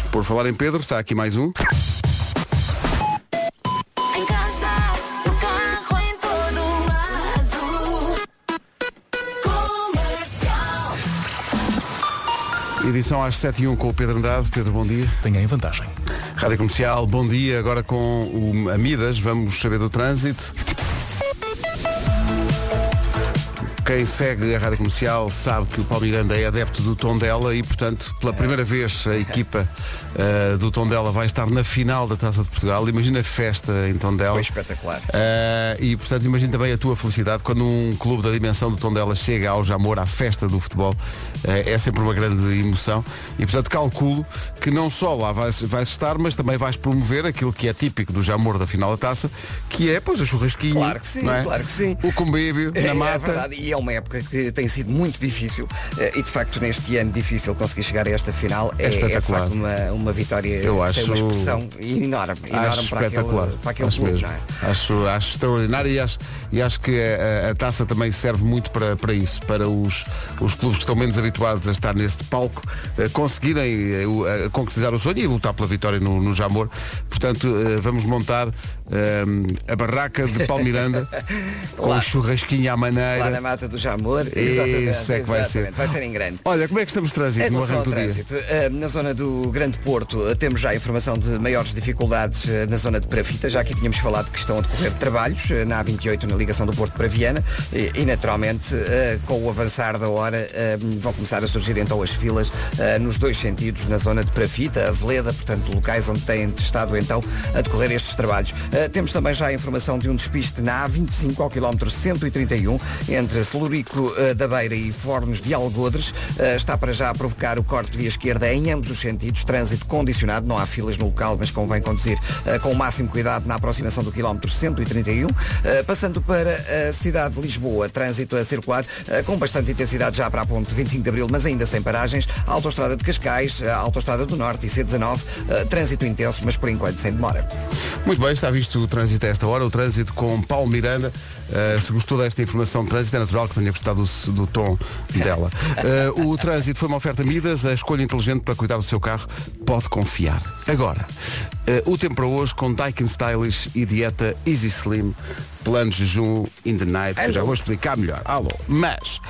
Por falar em Pedro, está aqui mais um. Em casa, no carro, em todo lado. Comercial. Edição às 7h01 com o Pedro Andrade. Pedro, bom dia. Tenha em vantagem. Rádio Comercial, bom dia. Agora com o Amidas, vamos saber do trânsito. Quem segue a Rádio Comercial sabe que o Paulo Miranda é adepto do Tondela e, portanto, pela primeira vez a equipa do Tondela vai estar na final da Taça de Portugal. Imagina a festa em Tondela. Foi espetacular. E, portanto, imagina também a tua felicidade quando um clube da dimensão do Tondela chega ao Jamor, à festa do futebol. É sempre uma grande emoção. E, portanto, calculo que não só lá vais estar, mas também vais promover aquilo que é típico do Jamor da final da Taça, que é, pois, o churrasquinho. Claro que sim, não é? claro que sim. O convívio na mata. É verdade, e é uma época que tem sido muito difícil e de facto neste ano difícil conseguir chegar a esta final. É de facto uma vitória. Eu acho, tem uma expressão enorme para aquele clube, mesmo. não é? Acho extraordinário e acho que a taça também serve muito para isso, para os clubes que estão menos habituados a estar neste palco conseguirem concretizar o sonho e lutar pela vitória no Jamor. Portanto, vamos montar a barraca de Paulo Miranda com o churrasquinho à maneira. Lá na mata do Jamor. Isso é que vai ser. Vai ser em grande. Olha, como é que estamos de trânsito no arranque do dia? Na zona do Grande Porto temos já a informação de maiores dificuldades na zona de Perafita. Já aqui tínhamos falado que estão a decorrer trabalhos na A28 na ligação do Porto para Viana e naturalmente com o avançar da hora vão começar a surgir então as filas nos dois sentidos na zona de Perafita, a Veleda, portanto locais onde têm estado então a decorrer estes trabalhos. Temos também já a informação de um despiste na A25 ao quilómetro 131 entre Celurico da Beira e Fornos de Algodres. Está para já a provocar o corte de via esquerda em ambos os sentidos, trânsito condicionado, não há filas no local, mas convém conduzir com o máximo cuidado na aproximação do quilómetro 131. Passando para a cidade de Lisboa, trânsito a circular com bastante intensidade já para a ponte 25 de Abril, mas ainda sem paragens. A Autostrada de Cascais, a Autostrada do Norte e C19, trânsito intenso, mas por enquanto sem demora. Muito bem, está visto o trânsito a esta hora, o trânsito com Paulo Miranda. Se gostou desta informação de trânsito, é natural que tenha gostado do tom dela. O trânsito foi uma oferta Midas, a escolha inteligente para cuidar do seu carro, pode confiar. Agora, o tempo para hoje com Daikin Stylish e dieta Easy Slim, plano de jejum in the night, que eu já vou explicar melhor. Alô. Mas,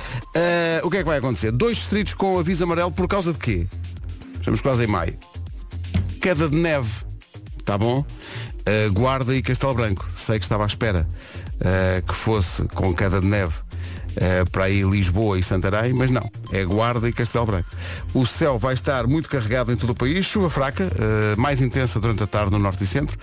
o que é que vai acontecer? 2 distritos com aviso amarelo por causa de quê? Estamos quase em maio. Queda de neve, tá bom? Guarda e Castelo Branco. Sei que estava à espera que fosse com queda de neve para aí Lisboa e Santarém, mas não, é Guarda e Castelo Branco. O céu vai estar muito carregado em todo o país, chuva fraca, mais intensa durante a tarde no norte e centro.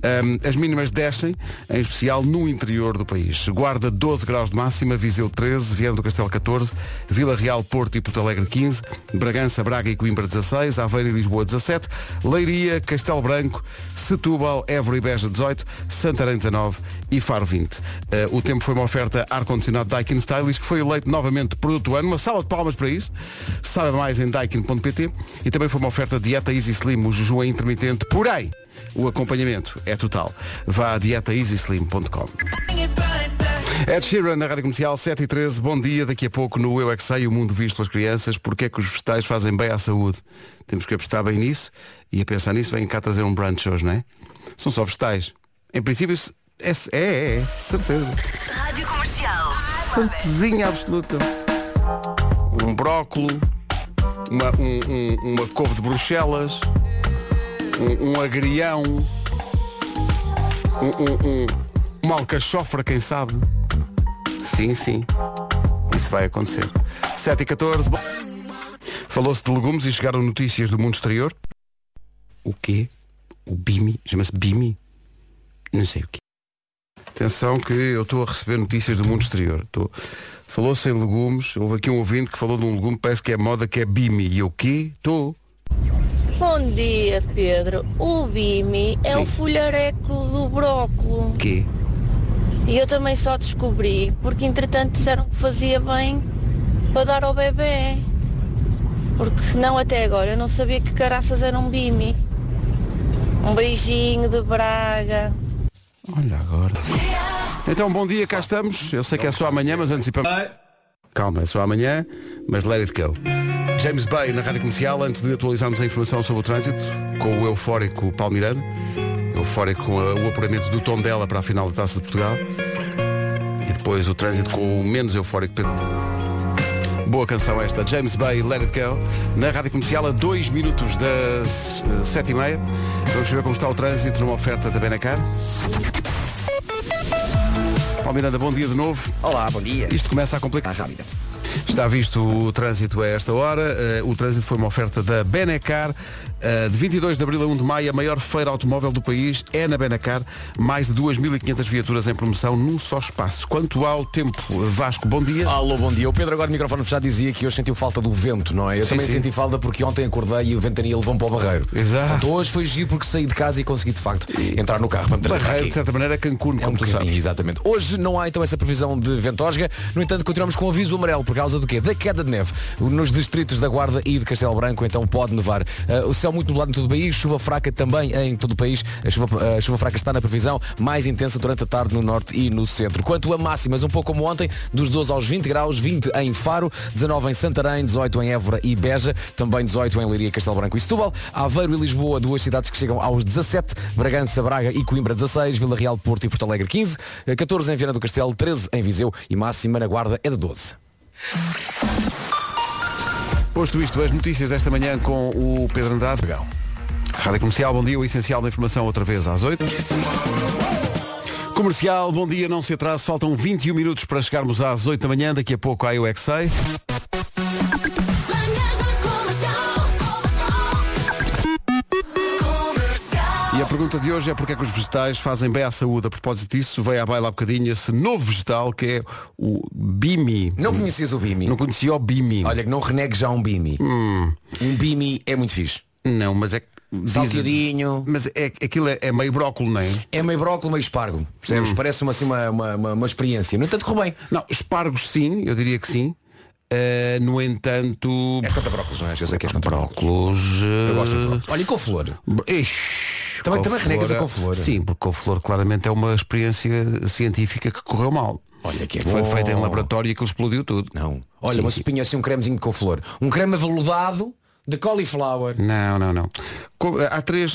As mínimas descem, em especial no interior do país. Guarda 12 graus de máxima, Viseu 13, Viana do Castelo 14, Vila Real, Porto e Porto Alegre 15, Bragança, Braga e Coimbra 16, Aveiro e Lisboa 17, Leiria, Castelo Branco, Setúbal, Évora e Beja 18, Santarém 19 e Faro 20. O tempo foi uma oferta ar-condicionado Daikin Stylish, que foi eleito novamente produto do ano. Uma salva de palmas para isso. Saiba mais em daikin.pt. E também foi uma oferta dieta Easy Slim, o jejum é intermitente, porém o acompanhamento é total. Vá a dietaeasyslim.com. Ed Sheeran na Rádio Comercial 7h13. Bom dia, daqui a pouco no Eu é que Sei, o mundo visto pelas crianças. Porque é que os vegetais fazem bem à saúde? Temos que apostar bem nisso. E a pensar nisso vem cá trazer um brunch hoje, não é? São só vegetais. Em princípio é certeza. Rádio Comercial. Certezinha absoluta. Um brócolo, uma couve de Bruxelas, um agrião, uma alcachofra, quem sabe? Sim, isso vai acontecer. 7h14. Falou-se de legumes e chegaram notícias do mundo exterior. O quê? O Bimi? Chama-se Bimi? Não sei o quê. Atenção que eu estou a receber notícias do mundo exterior. Falou-se em legumes. Houve aqui um ouvinte que falou de um legume, parece que é moda, que é Bimi. E eu o quê? Estou. Bom dia, Pedro. O Bimi é o folhareco do brócolo. Quê? E eu também só descobri porque entretanto disseram que fazia bem para dar ao bebê. Porque senão até agora eu não sabia que caraças era um Bimi. Um beijinho de Braga. Olha agora. Então, bom dia, cá estamos. Eu sei que é só amanhã, mas antecipamos. Calma, é só amanhã, mas let it go. James Bay na Rádio Comercial, antes de atualizarmos a informação sobre o trânsito, com o eufórico Paulo Miranda, eufórico com o apuramento do Tondela para a final da Taça de Portugal, e depois o trânsito com o menos eufórico Pedro. Boa canção esta, James Bay, Let It Go, na Rádio Comercial a 2 minutos das 7h30. Vamos ver como está o trânsito numa oferta da Benacar. Paulo Miranda, bom dia de novo. Olá, bom dia. Isto começa a complicar. Rápida. Está visto o trânsito a esta hora. O trânsito foi uma oferta da Benacar. De 22 de abril a 1 de maio, a maior feira automóvel do país é na Benacar. Mais de 2.500 viaturas em promoção num só espaço. Quanto ao tempo, Vasco, bom dia. Alô, bom dia. O Pedro agora, microfone fechado, dizia que hoje sentiu falta do vento, não é? Eu também senti falta porque ontem acordei e o ventania levou-me para o Barreiro. Exato. Então hoje foi giro porque saí de casa e consegui, de facto, entrar no carro para me trazer para Barreiro, aqui. de certa maneira, é Cancún, É como um tu bocadinho, sabes. exatamente. Hoje não há então essa previsão de ventósga. No entanto, continuamos com aviso amarelo por causa do quê? Da queda de neve. Nos distritos da Guarda e de Castelo Branco, então pode nevar. O céu muito nublado em todo o país, chuva fraca também em todo o país. A chuva fraca está na previsão, mais intensa durante a tarde no norte e no centro. Quanto a máximas, um pouco como ontem, dos 12 aos 20 graus, 20 em Faro, 19 em Santarém, 18 em Évora e Beja, também 18 em Leiria, Castelo Branco e Setúbal, Aveiro e Lisboa, duas cidades que chegam aos 17, Bragança, Braga e Coimbra 16, Vila Real, Porto e Porto Alegre 15, 14 em Viana do Castelo, 13 em Viseu e máxima na Guarda é de 12. Posto isto, as notícias desta manhã com o Pedro Andrade. Rádio Comercial, bom dia, o essencial da informação outra vez às 8. Comercial, bom dia, não se atrase, faltam 21 minutos para chegarmos às 8 da manhã, daqui a pouco há Eu É Que Sei. E a pergunta de hoje é porque é que os vegetais fazem bem à saúde. A propósito disso, veio à baila há bocadinho esse novo vegetal que é o bimi. Não conhecias o Bimi? Não conhecia o bimi. Olha, que não renegue já um Bimi. Um Bimi é muito fixe. Não, mas é... Salteadinho. Mas aquilo é meio brócolis, não é? É meio brócolis, meio espargo. Percebes? Parece-me assim uma experiência. No entanto, correu bem. Não, espargos sim, eu diria que sim. No entanto... És contra brócolis, não é? Eu sei que és contra brócolis. Brócolis... Eu gosto de brócolis. Olha, e couve-flor? Também renegas a couve-flor. Sim, porque couve-flor claramente é uma experiência científica que correu mal. Olha que é Foi bom. feita em laboratório e aquilo explodiu tudo. Não. Olha, Sim, uma sim. sopinha assim, um cremezinho de couve-flor. Um creme aveludado de cauliflower. Não. Há três...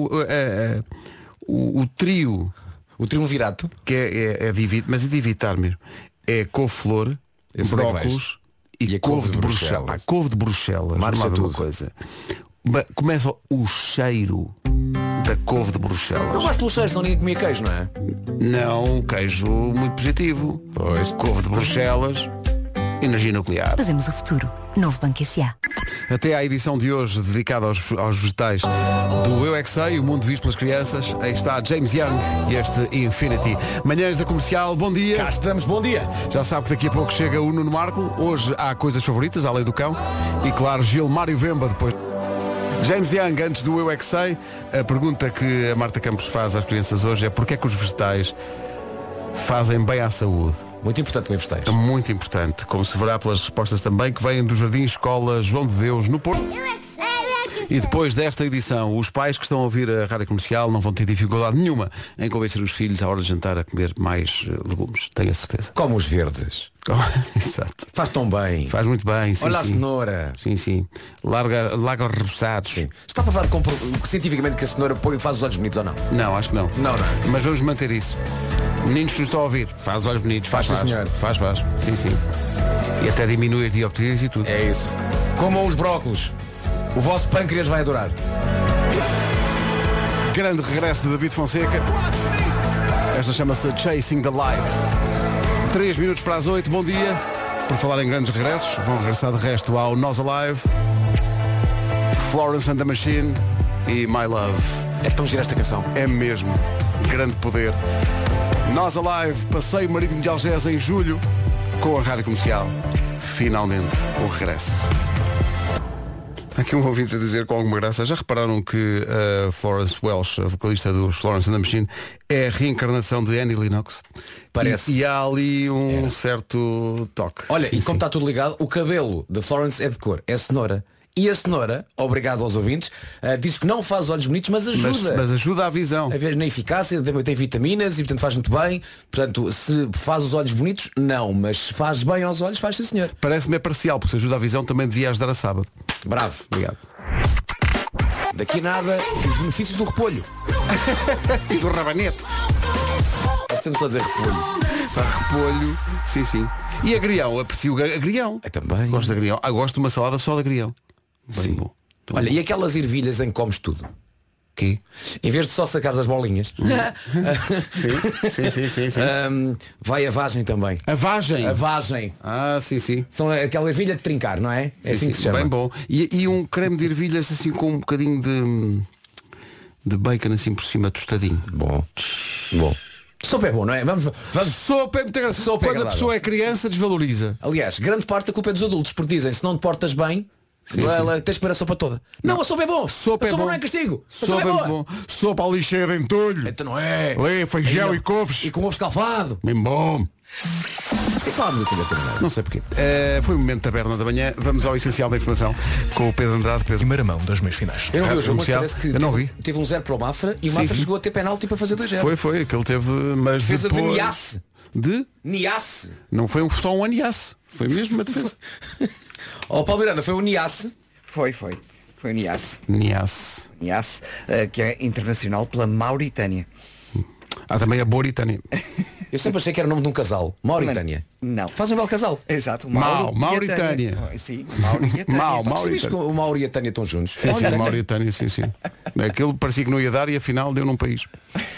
O trio... O triunvirato. Que é de evitar, mas é de evitar mesmo. É couve-flor, Eu sei onde é que brócolis E e a couve de Bruxelas. Pá, couve de Bruxelas. Marcha vamos lá ver uma tudo. coisa. Começa o cheiro da couve de Eu Bruxelas. gosto pelo cheiro, senão ninguém comia queijo, não é? Não, queijo muito positivo. Pois. Couve de Bruxelas, energia nuclear. Fazemos o futuro. Novo Banco S.A. Até à edição de hoje dedicada aos vegetais do Eu É Que Sei, o mundo visto pelas crianças. Aí está James Young e este Infinity. Manhãs da Comercial, bom dia. Cá estamos, bom dia. Já sabe que daqui a pouco chega o Nuno Marco. Hoje há coisas favoritas, além do cão. E claro, Gilmário Vemba depois. James Young, antes do Eu É Que Sei, a pergunta que a Marta Campos faz às crianças hoje é porque é que os vegetais fazem bem à saúde? Muito importante comer vegetais. É muito importante, como se verá pelas respostas também que vêm do Jardim Escola João de Deus no Porto. E depois desta edição, os pais que estão a ouvir a Rádio Comercial não vão ter dificuldade nenhuma em convencer os filhos à hora de jantar a comer mais legumes, tenho a certeza. Como os verdes. Exato. Faz tão bem. Faz muito bem, sim. Olha a sim. cenoura. Sim. Larga os repousados. Sim. Está provado cientificamente que a cenoura faz os olhos bonitos ou não? Não, acho que não. Não. Mas vamos manter isso. Meninos que nos estão a ouvir, faz olhos bonitos. Faz, sim, senhor. Faz. Sim. E até diminui as dioptrias e tudo. É isso. Comam os brócolos. O vosso pâncreas vai adorar. Grande regresso de David Fonseca. Esta chama-se Chasing the Light. 3 minutos para as 8, bom dia. Por falar em grandes regressos, vão regressar de resto ao Nós Alive, Florence and the Machine e My Love. É tão gira esta canção. É mesmo. Grande poder. Nós Alive, passeio marítimo de Algés em julho, com a Rádio Comercial. Finalmente, o regresso. Há aqui um ouvinte a dizer com alguma graça. Já repararam que a Florence Welch, a vocalista dos Florence and the Machine, é a reencarnação de Annie Lennox? Parece. E há ali um certo toque. Olha, Sim, e como sim. está tudo ligado, o cabelo da Florence é de cor, é cenoura. E a cenoura, obrigado aos ouvintes, diz que não faz os olhos bonitos, mas ajuda. Mas ajuda a visão. A ver na eficácia, tem vitaminas e portanto faz muito bem. Portanto, se faz os olhos bonitos, não, mas faz bem aos olhos, faz sim senhor. Parece-me parcial, porque se ajuda a visão também devia ajudar a sábado. Bravo. Obrigado. Daqui a nada, os benefícios do repolho. E do rabanete. Estamos só a dizer repolho. Repolho, sim. E agrião, aprecio agrião. Também. Gosto de agrião. Gosto de uma salada só de agrião. Bem bom. Olha, e aquelas ervilhas em que comes tudo? Quê? Em vez de só sacares as bolinhas. Sim. Vai a vagem também. A vagem. A vagem. Ah, sim. São aquela ervilha de trincar, não é? É assim que se chama. Bem bom. E um creme de ervilhas assim com um bocadinho de bacon assim por cima, tostadinho. Bom. Sopa é bom, não é? Vamos. Sopa é muito engraçado. Sopa é Quando a agradável. pessoa é criança, desvaloriza. Aliás, grande parte da culpa é dos adultos, porque dizem, se não te portas bem, tens que comer a sopa toda. Não, a sopa é bom. Sopa a é sopa bom. não é castigo. A Sopa é boa. muito bom. Sopa ali cheia de entulho. Então não é. Feijão Ainda- e couves. E com ovo escalfado. Bem bom. E falámos assim desta maneira. Não sei porquê. Foi o momento da taberna da manhã. Vamos ao essencial da informação com o Pedro Andrade. Pedro. Primeira mão das meias finais. Eu não vi o jogo, mas Comercial. parece que Eu não vi. teve um 0 para o Mafra e o Mafra sim. chegou a ter penalti para fazer 2-0. Foi, que ele teve, mas Defesa de depois... Niasse. De? Niasse. Não foi só um aniasse. Foi mesmo uma defesa. Ó Paulo Miranda, foi o Niasse. Foi o Niasse. Niasse. Que é internacional pela Mauritânia. Há também a Mauritânia. Eu sempre achei que era o nome de um casal. Mauritânia. Não. Faz um belo casal. Exato. Mauritânia. Sim, Mauro e a Tânia. Percebes que o Mauro e a Tânia estão juntos? Sim, Mauritânia, sim. Aquilo parecia que não ia dar e afinal deu num país.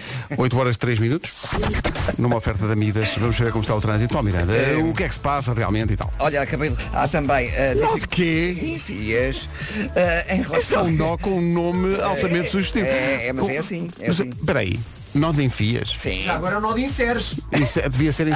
8 horas 3 minutos. Numa oferta da Midas. Vamos ver como está o trânsito. Paulo Miranda, o que é que se passa realmente e tal? Olha, acabei de... Há também... Nó de quê? Enfias. Em Esse é relação... um nó com um nome altamente sugestivo. Mas é assim. Mas, espera aí. Nó de enfias. Sim. Já agora é o nó de inseres. Devia ser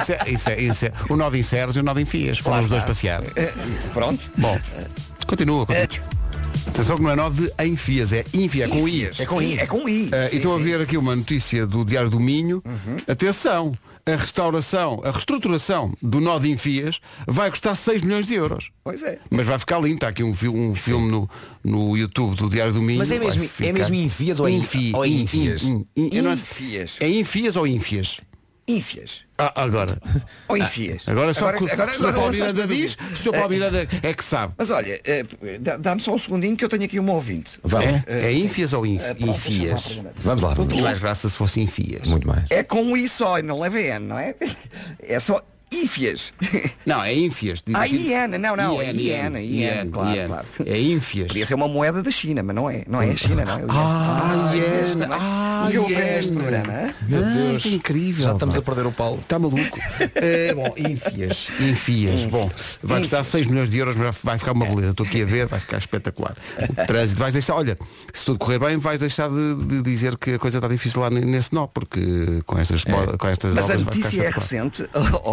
o nó de inseres e o nó de enfias. Foram os dois passear. Pronto. Bom, continua. Atenção que não é nó de enfias, é infia, é com i. É com I. É com I. E estou a ver aqui uma notícia do Diário do Minho. Atenção, a reestruturação do nó de enfias vai custar 6 milhões de euros. Pois é. Mas vai ficar lindo. Está aqui um filme no YouTube do Diário do Minho. Mas é mesmo enfias ou é Infi- ou é infias? Eu não- Infias. É infias ou ínfias? Ínfias. Agora. Ou enfias. Agora só que o agora Sr. Paulo lançaste Miranda a diz, dúvida. o Sr. Paulo Miranda é que sabe. Mas olha, dá-me só um segundinho que eu tenho aqui uma ouvinte. É ínfias ou infias? Vamos lá. Muito mais graça se fosse infias. Muito mais. É com um I só e não leva N, não é? É só ínfias. Não, é ínfias. Diz aqui. IN, não. IN, claro. É ínfias. Podia ser uma moeda da China, mas não é. Não é a China, não é? iene. E eu aprendo neste programa, hein? Meu Deus, que incrível. Já estamos a perder o Paulo. Está maluco. Bom, infias. Bom, vai custar 6 milhões de euros, mas vai ficar uma beleza. Estou aqui a ver, vai ficar espetacular. O trânsito, vais deixar, olha, se tudo correr bem, vais deixar de dizer que a coisa está difícil lá nesse nó, porque com estas Mas obras a vai ficar notícia é espetacular. recente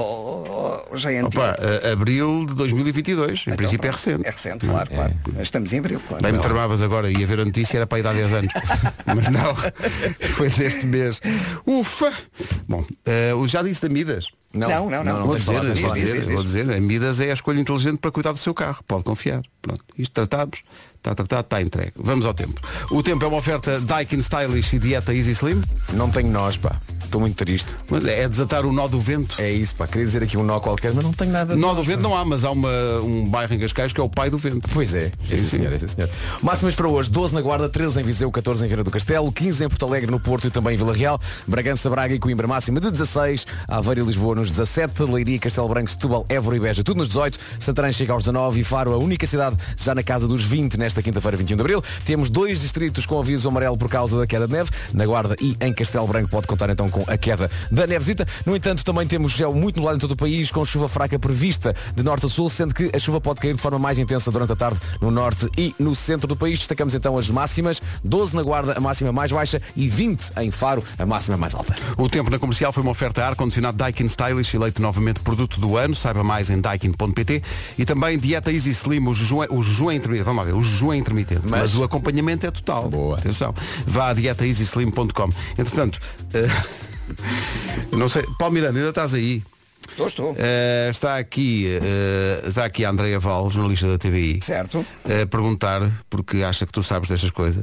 ou já é antiga? Opa, abril de 2022, em princípio é recente. É recente, claro. Estamos em abril, claro. Bem, me tramavas agora e a ver a notícia era para ir dar 10 anos. Mas não, foi deste mês. Ufa! Bom, já disse da Midas. Não. Vou tens de falar, tens de falar. vou dizer, a Midas é a escolha inteligente para cuidar do seu carro. Pode confiar. Pronto, isto tratamos, está tratado, está entregue. Vamos ao tempo. O tempo é uma oferta Daikin Stylish e dieta Easy Slim. Não tenho nós, pá. Estou muito triste. Mas é desatar o nó do vento. É isso, pá. Queria dizer aqui um nó qualquer, mas não tenho nada de Nó do vento não há, mas há um bairro em Cascais que é o pai do vento. Pois é, sim, senhor. Máximas para hoje, 12 na Guarda, 13 em Viseu, 14 em Viana do Castelo, 15 em Porto Alegre, no Porto e também em Vila Real, Bragança, Braga e Coimbra máxima de 16, Aveiro e Lisboa nos 17, Leiria, Castelo Branco, Setúbal, Évora e Beja, tudo nos 18, Santarém chega aos 19 e Faro, a única cidade já na casa dos 20 nesta quinta-feira, 21 de Abril. Temos 2 distritos com aviso amarelo por causa da queda de neve, na Guarda e em Castelo Branco pode contar então com a queda da nevezita. No entanto, também temos céu muito nublado em todo o país, com chuva fraca prevista de norte a sul, sendo que a chuva pode cair de forma mais intensa durante a tarde no norte e no centro do país. Destacamos então as máximas, 12 na Guarda, a máxima mais baixa, e 20 em Faro, a máxima mais alta. O tempo na comercial foi uma oferta a ar-condicionado Daikin Stylish, eleito novamente produto do ano. Saiba mais em daikin.pt. E também dieta Easy Slim, o jejum é intermitente. Vamos lá ver, o jejum é intermitente, mas o acompanhamento é total. Boa. Atenção, vá a dietaeasyslim.com. Entretanto, não sei, Paulo Miranda, ainda estás aí? Estou. Está aqui a Andreia Val, jornalista da TVI. Certo. A perguntar, porque acha que tu sabes destas coisas,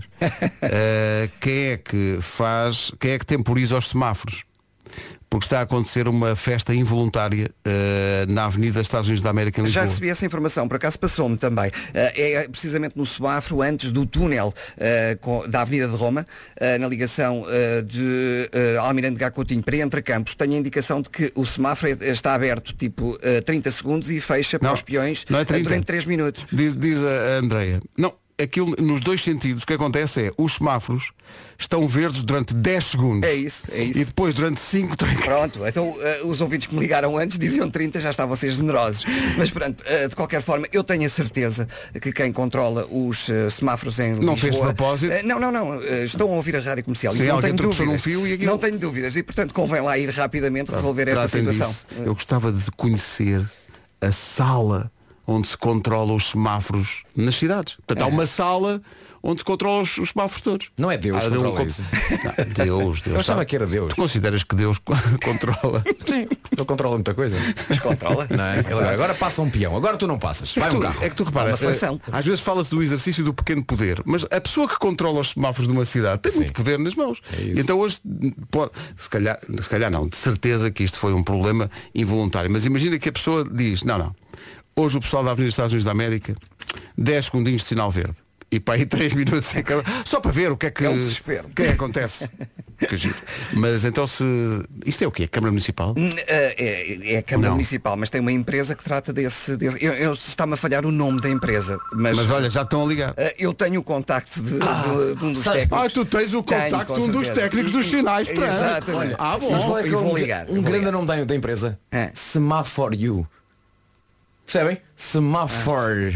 quem é que temporiza os semáforos? Porque está a acontecer uma festa involuntária na Avenida Estados Unidos da América em Lisboa. Já recebi essa informação, por acaso passou-me também. É precisamente no semáforo antes do túnel da Avenida de Roma, na ligação de Almirante Garcia Coutinho para Entrecampos. Tenho a indicação de que o semáforo está aberto tipo 30 segundos e fecha para os peões durante 3 minutos. Diz a Andreia. Não. Aquilo, nos dois sentidos, o que acontece é os semáforos estão verdes durante 10 segundos. É isso. E depois durante 5... Pronto, então os ouvintes que me ligaram antes diziam 30, já estavam a ser generosos. Mas pronto, de qualquer forma, eu tenho a certeza que quem controla os semáforos em Lisboa... Não fez de propósito? Não. Estão a ouvir a rádio comercial. Sim, não tenho dúvidas. num fio e aquilo... Não tenho dúvidas. E portanto convém lá ir rapidamente resolver esta situação. Eu gostava de conhecer a sala onde se controla os semáforos nas cidades. Portanto, há uma sala onde se controla os semáforos todos. Não é Deus que controla isso. Não, Deus. Eu achava que era Deus. Tu consideras que Deus controla? Sim. Ele controla muita coisa. Mas controla. Não é? Ele agora passa um peão. Agora tu não passas. Vai um carro. É que tu reparas, às vezes fala-se do exercício do pequeno poder, mas a pessoa que controla os semáforos de uma cidade tem muito poder nas mãos. É então hoje pode, se calhar não, de certeza que isto foi um problema involuntário. Mas imagina que a pessoa diz, não. Hoje o pessoal da Avenida Estados Unidos da América 10 segundinhos de sinal verde. E para aí 3 minutos só para ver o que é que, é um desespero. O que é que acontece. Que giro. Mas então isto é o quê? A Câmara Municipal? É a Câmara Municipal, mas tem uma empresa que trata desse... Eu está-me a falhar o nome da empresa. Mas olha, já estão a ligar. Eu tenho o contacto de um dos técnicos. Tu tens o contacto de um dos técnicos dos sinais. Exatamente. Bom. Eu vou ligar. Um grande nome da empresa. Semaphore You. Percebem? Semaphore.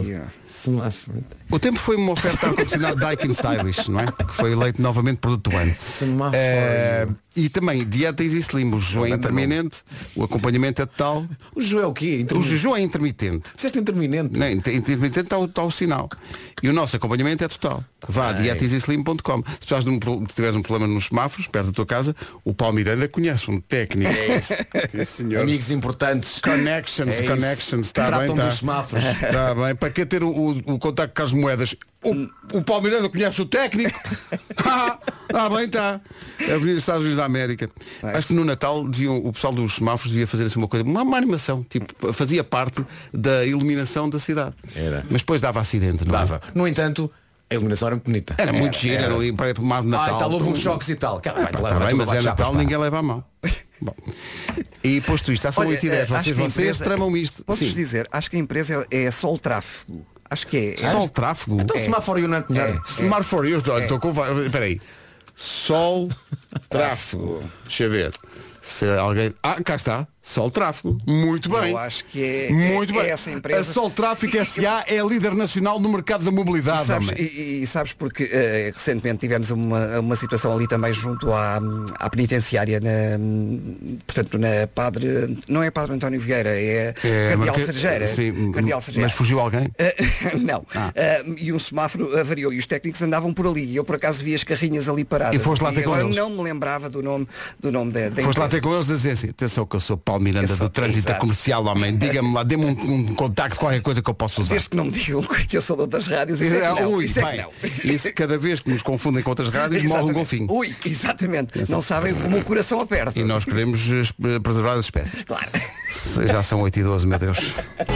O tempo foi uma oferta ar-condicionado Daikin Stylish, não é? Que foi eleito novamente produto do ano. E também dieta Easy Slim. O jejum é intermitente, o acompanhamento é total. O jejum é o quê? O jejum é intermitente. Disseste intermitente? Não, intermitente está o sinal. E o nosso acompanhamento é total. Vá a dietaeasyslim.com. Se tiveres um problema nos semáforos, perto da tua casa, o Paulo Miranda conhece um técnico. Sim, senhor. Amigos importantes. Connections. Está bem, tratam dos semáforos. Está bem. Para que ter o contacto com as moedas? O Paulo Miranda conhece o técnico. Bem, está. Avenida Estados Unidos da América. Acho que no Natal o pessoal dos semáforos devia fazer assim uma coisa, uma animação, tipo, fazia parte da iluminação da cidade. Era. Mas depois dava acidente, não dava. No entanto, a iluminação era muito bonita. Era muito gira, era ali para o mar de Natal. Então houve uns choques e tal. Mas é Natal, ninguém leva a mão. Bom. E posto isto, são 8h10. Vocês tramam isto. Posso-vos dizer, acho que a empresa é Sol Tráfego. Acho que é. Sol Tráfego? Então Semaphore You não é melhor. Semaphore You, estou com... Espera aí. Sol Tráfego. Deixa eu ver. Se alguém... cá está. Sol Tráfego. Muito bem. Eu acho que é, muito bem. Essa empresa. A Sol Tráfego SA é líder nacional no mercado da mobilidade. E sabes porque recentemente tivemos uma situação ali também junto à penitenciária, portanto na Padre, não é Padre António Vieira, é Cardeal Sergeira. Sim, Cardeal Sergeira. mas fugiu alguém? Não. E um semáforo avariou e os técnicos andavam por ali. E eu por acaso vi as carrinhas ali paradas. E foste lá ter com eles? Não me lembrava do nome da foste lá ter com eles e dizer assim, atenção que eu sou Paulo Miranda do Trânsito Comercial, homem. Diga-me lá, dê-me um contacto, qualquer coisa que eu possa usar. Desde que não me digam que eu sou de outras rádios, isso cada vez que nos confundem com outras rádios, morre um golfinho. Exatamente. Não sabem como o coração aperta. E nós queremos preservar as espécies. Claro. Já são 8h12, meu Deus.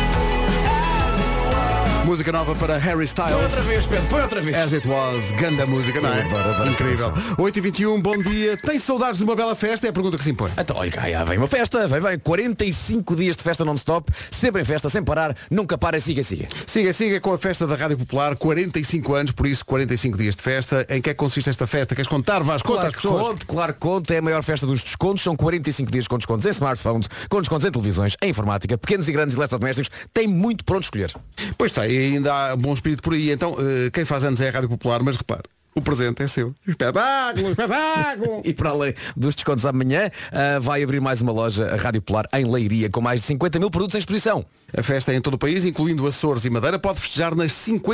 Música nova para Harry Styles. Põe outra vez, Pedro, põe outra vez. As it was, ganda música, não é? Incrível. 8h21, bom dia. Tem saudades de uma bela festa? É a pergunta que se impõe. Então, olha, vem uma festa, vem 45 dias de festa non-stop, sempre em festa, sem parar, nunca para, siga. Siga com a festa da Rádio Popular, 45 anos, por isso 45 dias de festa. Em que é que consiste esta festa? Queres contar? Conta às pessoas. Claro que conta, é a maior festa dos descontos, são 45 dias com descontos em smartphones, com descontos em televisões, em informática, pequenos e grandes eletrodomésticos, tem muito pronto escolher. Pois está, e ainda há bom espírito por aí. Então, quem faz anos é a Rádio Popular, mas repare, O presente é seu. Espetáculo, espetáculo! E para além dos descontos amanhã, vai abrir mais uma loja, a Rádio Popular, em Leiria, com mais de 50 mil produtos em exposição. A festa é em todo o país, incluindo Açores e Madeira. Pode festejar nas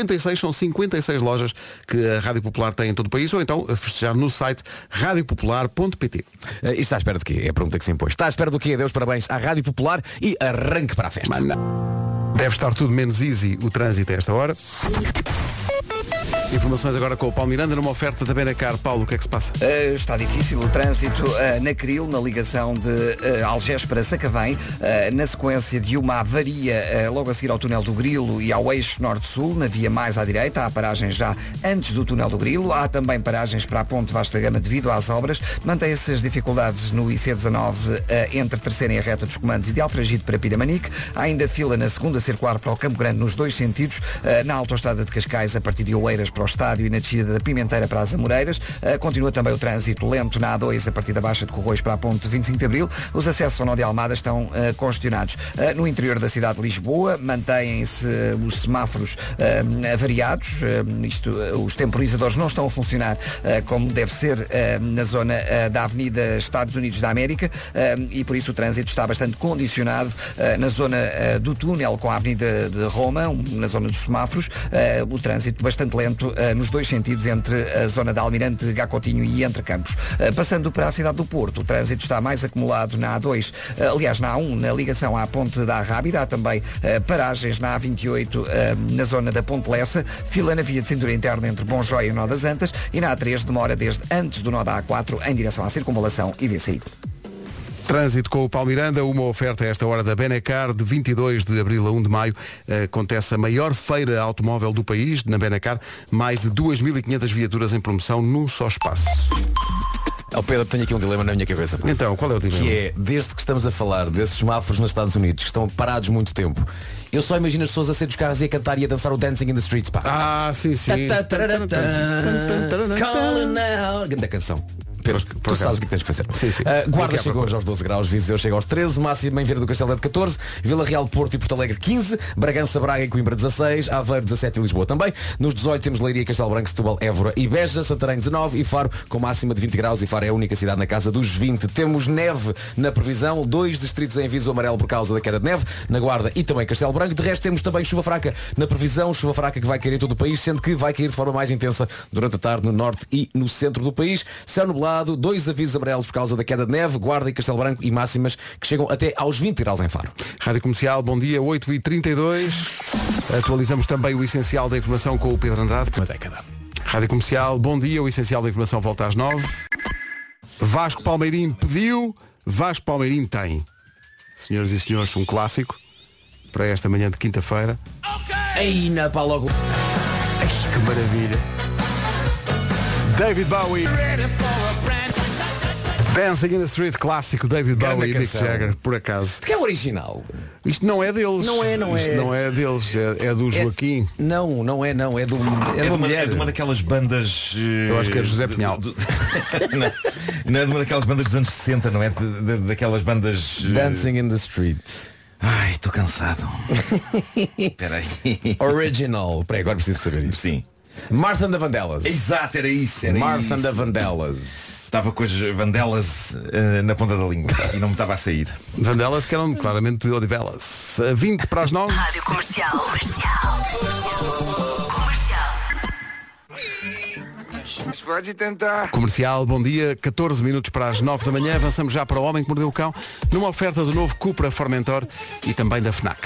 56 lojas que a Rádio Popular tem em todo o país, ou então festejar no site radiopopular.pt. E está à espera de quê? É a pergunta que se impôs. Está à espera do quê? Deus parabéns à Rádio Popular e arranque para a festa. Deve estar tudo menos easy o trânsito a esta hora. Informações agora com o Paulo Miranda numa oferta da Benacar. Paulo, o que é que se passa? Está difícil o trânsito na Cril, na ligação de Algés para Sacavém, na sequência de uma avaria logo a seguir ao túnel do Grilo e ao eixo norte-sul, na via mais à direita. Há paragens já antes do túnel do Grilo. Há também paragens para a ponte Vasta Gama devido às obras. Mantém-se as dificuldades no IC19 entre a terceira e a reta dos comandos e de Alfragide para Piramanique. Há ainda fila na segunda circular para o Campo Grande nos dois sentidos, na autoestrada de Cascais a partir de Oeiras para o Estádio e na descida da Pimenteira para as Amoreiras. Continua também o trânsito lento na A2 a partir da Baixa de Corroios para a ponte 25 de Abril. Os acessos ao Nó de Almada estão congestionados. No interior da cidade de Lisboa mantêm-se os semáforos avariados. Os temporizadores não estão a funcionar como deve ser na zona da Avenida Estados Unidos da América e por isso o trânsito está bastante condicionado na zona do túnel com a Avenida de Roma, na zona dos semáforos. O trânsito bastante lento nos dois sentidos entre a zona da Almirante Gacotinho e Entre Campos. Passando para a cidade do Porto, o trânsito está mais acumulado na A2, aliás na A1, na ligação à Ponte da Arrábida. Há também paragens na A28 na zona da Ponte Lessa, fila na via de cintura interna entre Bom Joia e o Nó das Antas, e na A3 demora desde antes do Nó da A4 em direção à Circunvalação e VCI. Trânsito com o Paulo Miranda, uma oferta a esta hora da Benacar, de 22 de abril a 1 de maio. Acontece a maior feira automóvel do país, na Benacar, mais de 2.500 viaturas em promoção num só espaço. Pedro, tenho aqui um dilema na minha cabeça. Então, qual é o dilema? Que é, desde que estamos a falar desses semáforos nos Estados Unidos, que estão parados muito tempo, eu só imagino as pessoas a sair dos carros e a cantar e a dançar o Dancing in the Streets, pá. Ah, sim, sim. Calling out. Grande canção. Pedro, tu sabes o que tens que fazer. Sim, sim. Guarda chegou hoje aos 12 graus, Viseu chega aos 13, máxima em Viana do Castelo é de 14, Vila Real, Porto e Porto Alegre 15, Bragança, Braga e Coimbra 16, Aveiro 17 e Lisboa também. Nos 18 temos Leiria, Castelo Branco, Setúbal, Évora e Beja, Santarém 19 e Faro com máxima de 20 graus e Faro é a única cidade na casa dos 20. Temos neve na previsão, 2 distritos em aviso amarelo por causa da queda de neve, na Guarda e também Castelo Branco. De resto temos também chuva fraca na previsão, chuva fraca que vai cair em todo o país, sendo que vai cair de forma mais intensa durante a tarde no norte e no centro do país. Céu nublado, 2 avisos amarelos por causa da queda de neve, Guarda e Castelo Branco e máximas que chegam até aos 20 graus em Faro. Rádio Comercial, bom dia, 8h32. Atualizamos também o essencial da informação com o Pedro Andrade. Uma década. Rádio Comercial, bom dia, o essencial da informação volta às 9. Vasco Palmeirim pediu, Vasco Palmeirim tem. Senhoras e senhores, um clássico para esta manhã de quinta-feira. Ei, na pá logo. Ai, que maravilha. David Bowie. Dancing in the Street, clássico, David Bowie e Mick Jagger, por acaso. Que é o original. Isto não é deles. Não é. Isto não é deles, é do Joaquim. Não é. É de uma mulher. É de uma daquelas bandas. Eu acho que é José Pinhal. Não é de uma daquelas bandas dos anos 60, não é? Daquelas bandas. Dancing in the Street. Ai, estou cansado. Espera aí. Original. Peraí, agora preciso saber isso. Sim. Martha and the Vandellas. Exato, era isso. Martha and the Vandellas. Estava com as Vandellas na ponta da língua e não me estava a sair. Vandellas que eram claramente de Odivelas. 20 para as 9. Rádio Comercial. Pode tentar. Comercial, bom dia, 14 minutos para as 9 da manhã. Avançamos já para o Homem que Mordeu o Cão, numa oferta do novo Cupra Formentor e também da FNAC.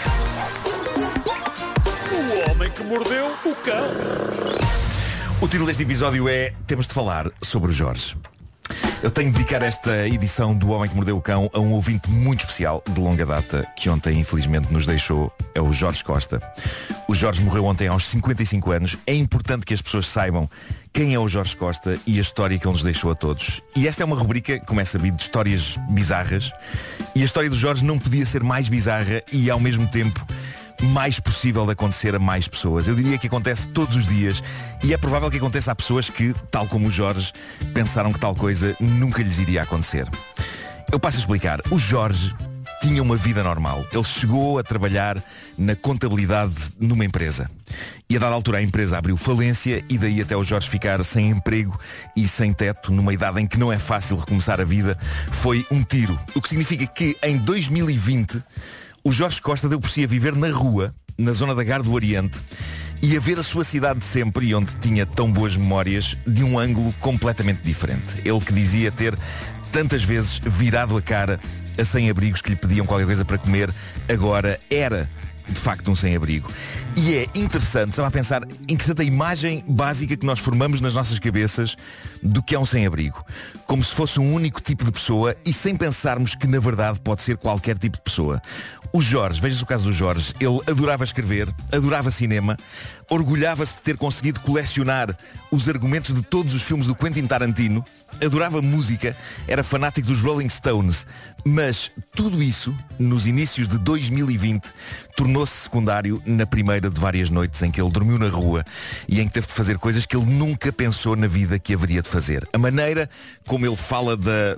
O Homem que Mordeu o Cão. O título deste episódio é Temos de falar sobre o Jorge. Eu tenho de dedicar esta edição do Homem que Mordeu o Cão a um ouvinte muito especial, de longa data, que ontem infelizmente nos deixou, é o Jorge Costa. O Jorge morreu ontem aos 55 anos. É importante que as pessoas saibam quem é o Jorge Costa e a história que ele nos deixou a todos. E esta é uma rubrica, como é sabido, de histórias bizarras. E a história do Jorge não podia ser mais bizarra e ao mesmo tempo mais possível de acontecer a mais pessoas. Eu diria que acontece todos os dias e é provável que aconteça a pessoas que, tal como o Jorge, pensaram que tal coisa nunca lhes iria acontecer. Eu passo a explicar. O Jorge tinha uma vida normal. Ele chegou a trabalhar na contabilidade numa empresa. E a dada altura a empresa abriu falência e daí até o Jorge ficar sem emprego e sem teto, numa idade em que não é fácil recomeçar a vida, foi um tiro. O que significa que em 2020 o Jorge Costa deu por si a viver na rua, na zona da Gar do Oriente, e a ver a sua cidade de sempre, e onde tinha tão boas memórias, de um ângulo completamente diferente. Ele que dizia ter tantas vezes virado a cara a sem-abrigos que lhe pediam qualquer coisa para comer, agora era de facto um sem-abrigo. E é interessante, estava a pensar, interessante a imagem básica que nós formamos nas nossas cabeças do que é um sem-abrigo. Como se fosse um único tipo de pessoa e sem pensarmos que na verdade pode ser qualquer tipo de pessoa. O Jorge, veja-se o caso do Jorge, ele adorava escrever, adorava cinema, orgulhava-se de ter conseguido colecionar os argumentos de todos os filmes do Quentin Tarantino, adorava música, era fanático dos Rolling Stones, mas tudo isso, nos inícios de 2020, tornou-se secundário na primeira de várias noites em que ele dormiu na rua e em que teve de fazer coisas que ele nunca pensou na vida que haveria de fazer. A maneira como ele fala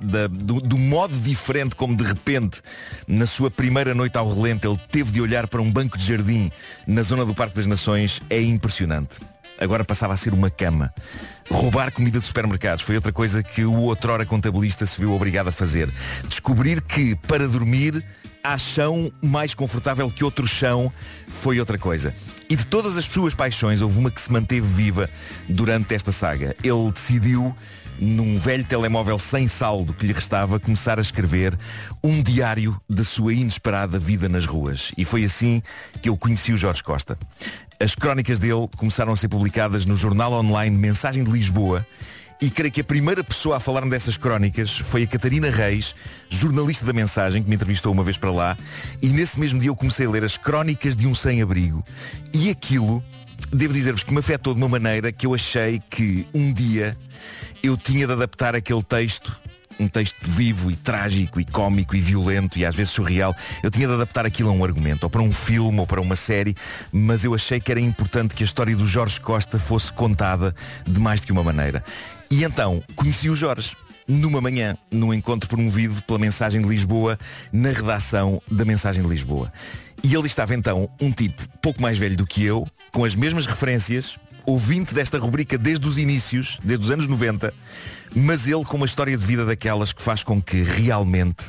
do modo diferente como de repente, na sua primeira noite ao relento, ele teve de olhar para um banco de jardim na zona do Parque das Nações é impressionante. Agora passava a ser uma cama. Roubar comida de supermercados foi outra coisa que o outrora contabilista se viu obrigado a fazer. Descobrir que, para dormir, há chão mais confortável que outro chão foi outra coisa. E de todas as suas paixões, houve uma que se manteve viva durante esta saga. Ele decidiu, num velho telemóvel sem saldo que lhe restava, começar a escrever um diário da sua inesperada vida nas ruas. E foi assim que eu conheci o Jorge Costa. As crónicas dele começaram a ser publicadas no jornal online Mensagem de Lisboa e creio que a primeira pessoa a falar-me dessas crónicas foi a Catarina Reis, jornalista da Mensagem, que me entrevistou uma vez para lá, e nesse mesmo dia eu comecei a ler as crónicas de um sem-abrigo. E aquilo, devo dizer-vos que me afetou de uma maneira que eu achei que um dia eu tinha de adaptar aquele texto, um texto vivo e trágico e cómico e violento e às vezes surreal, eu tinha de adaptar aquilo a um argumento, ou para um filme ou para uma série, mas eu achei que era importante que a história do Jorge Costa fosse contada de mais do que uma maneira. E então conheci o Jorge numa manhã, num encontro promovido pela Mensagem de Lisboa, na redação da Mensagem de Lisboa. E ele estava então um tipo pouco mais velho do que eu, com as mesmas referências, ouvinte desta rubrica desde os inícios, desde os anos 90, mas ele com uma história de vida daquelas que faz com que realmente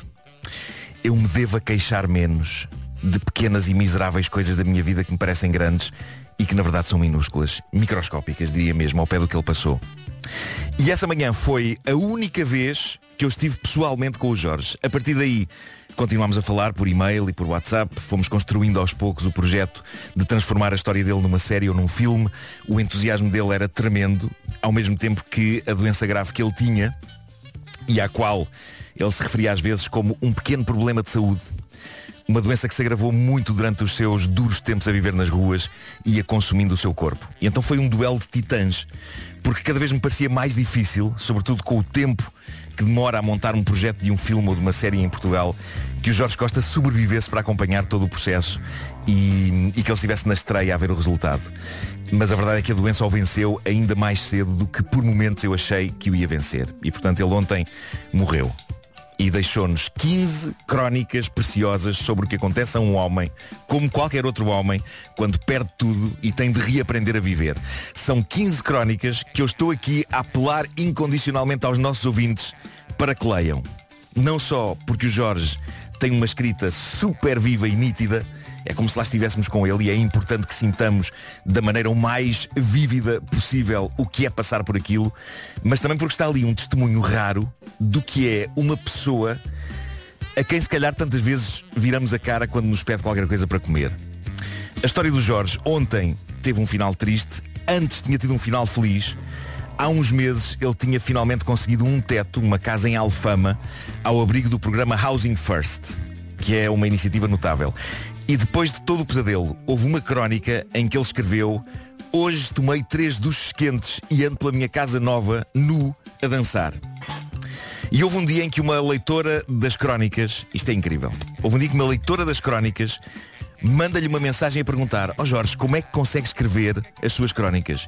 eu me deva queixar menos de pequenas e miseráveis coisas da minha vida que me parecem grandes e que na verdade são minúsculas, microscópicas, diria mesmo, ao pé do que ele passou. E essa manhã foi a única vez que eu estive pessoalmente com o Jorge. A partir daí continuámos a falar por e-mail e por WhatsApp, fomos construindo aos poucos o projeto de transformar a história dele numa série ou num filme. O entusiasmo dele era tremendo, ao mesmo tempo que a doença grave que ele tinha, e à qual ele se referia às vezes como um pequeno problema de saúde, uma doença que se agravou muito durante os seus duros tempos a viver nas ruas e ia consumindo o seu corpo. E então foi um duelo de titãs, porque cada vez me parecia mais difícil, sobretudo com o tempo que demora a montar um projeto de um filme ou de uma série em Portugal, que o Jorge Costa sobrevivesse para acompanhar todo o processo e que ele estivesse na estreia a ver o resultado. Mas a verdade é que a doença o venceu ainda mais cedo do que por momentos eu achei que o ia vencer. E portanto ele ontem morreu. E deixou-nos 15 crónicas preciosas sobre o que acontece a um homem, como qualquer outro homem, quando perde tudo e tem de reaprender a viver. São 15 crónicas que eu estou aqui a apelar incondicionalmente aos nossos ouvintes para que leiam. Não só porque o Jorge tem uma escrita super viva e nítida, é como se lá estivéssemos com ele e é importante que sintamos da maneira o mais vívida possível o que é passar por aquilo, mas também porque está ali um testemunho raro do que é uma pessoa a quem se calhar tantas vezes viramos a cara quando nos pede qualquer coisa para comer. A história do Jorge ontem teve um final triste, antes tinha tido um final feliz. Há uns meses ele tinha finalmente conseguido um teto, uma casa em Alfama, ao abrigo do programa Housing First, que é uma iniciativa notável. E depois de todo o pesadelo, houve uma crónica em que ele escreveu: hoje tomei 3 duches quentes e ando pela minha casa nova, nu, a dançar. E houve um dia em que uma leitora das crónicas, isto é incrível, houve um dia que uma leitora das crónicas manda-lhe uma mensagem a perguntar: ó Jorge, como é que consegue escrever as suas crónicas?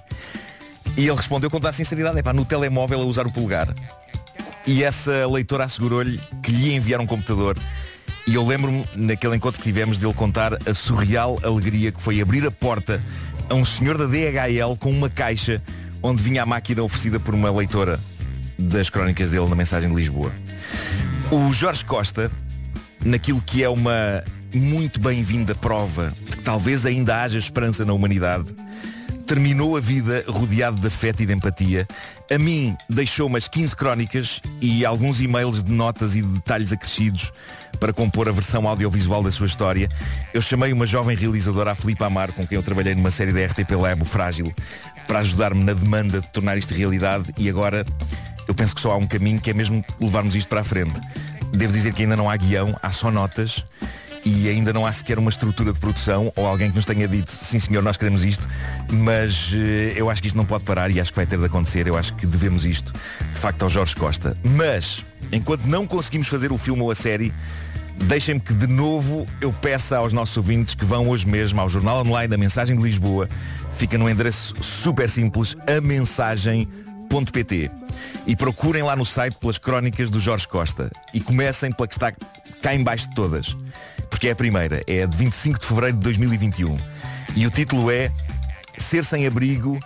E ele respondeu com toda a sinceridade: no telemóvel a usar o polegar. E essa leitora assegurou-lhe que lhe ia enviar um computador E eu lembro-me, naquele encontro que tivemos, dele contar a surreal alegria que foi abrir a porta a um senhor da DHL com uma caixa onde vinha a máquina oferecida por uma leitora das crónicas dele na Mensagem de Lisboa. O Jorge Costa, naquilo que é uma muito bem-vinda prova de que talvez ainda haja esperança na humanidade, terminou a vida rodeado de afeto e de empatia. A mim deixou umas 15 crónicas e alguns e-mails de notas e de detalhes acrescidos para compor a versão audiovisual da sua história. Eu chamei uma jovem realizadora, a Filipe Amar, com quem eu trabalhei numa série da RTP Lab, o Frágil, para ajudar-me na demanda de tornar isto realidade, e agora eu penso que só há um caminho, que é mesmo levarmos isto para a frente. Devo dizer que ainda não há guião, há só notas e ainda não há sequer uma estrutura de produção ou alguém que nos tenha dito, sim senhor, nós queremos isto, mas eu acho que isto não pode parar e acho que vai ter de acontecer. Eu acho que devemos isto, de facto, ao Jorge Costa. Mas, enquanto não conseguimos fazer o filme ou a série, deixem-me que de novo eu peça aos nossos ouvintes que vão hoje mesmo ao jornal online da Mensagem de Lisboa. Fica no endereço super simples, amensagem.pt, e procurem lá no site pelas crónicas do Jorge Costa e comecem pela que está cá em baixo de todas, porque é a primeira, é a de 25 de fevereiro de 2021 e o título é Ser Sem Abrigo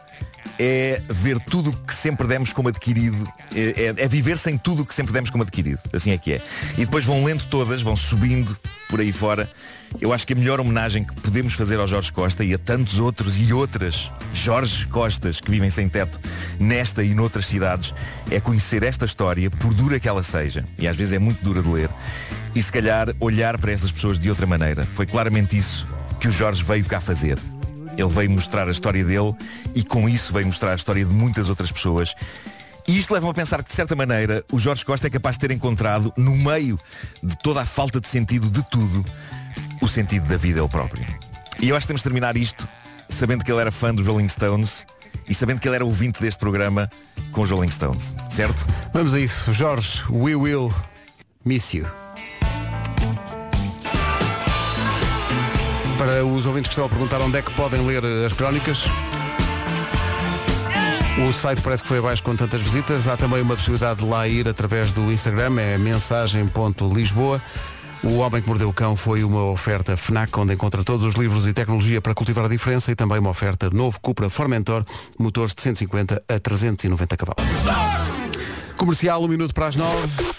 é ver tudo o que sempre demos como adquirido, é viver sem tudo o que sempre demos como adquirido, assim é que é. E depois vão lendo todas, vão subindo por aí fora. Eu acho que a melhor homenagem que podemos fazer ao Jorge Costa e a tantos outros e outras Jorge Costas que vivem sem teto nesta e noutras cidades é conhecer esta história, por dura que ela seja, e às vezes é muito dura de ler, e se calhar olhar para estas pessoas de outra maneira. Foi claramente isso que o Jorge veio cá fazer. Ele veio mostrar a história dele e com isso veio mostrar a história de muitas outras pessoas. E isto leva-me a pensar que, de certa maneira, o Jorge Costa é capaz de ter encontrado, no meio de toda a falta de sentido de tudo, o sentido da vida ele próprio. E eu acho que temos de terminar isto sabendo que ele era fã dos Rolling Stones e sabendo que ele era ouvinte deste programa com os Rolling Stones, certo? Vamos a isso. Jorge, we will miss you. Para os ouvintes que estão a perguntar onde é que podem ler as crónicas, o site parece que foi abaixo com tantas visitas. Há também uma possibilidade de lá ir através do Instagram, é mensagem.lisboa. O Homem que Mordeu o Cão foi uma oferta FNAC, onde encontra todos os livros e tecnologia para cultivar a diferença, e também uma oferta novo Cupra Formentor, motores de 150 a 390 cavalos. Comercial, 1 minuto para as 9.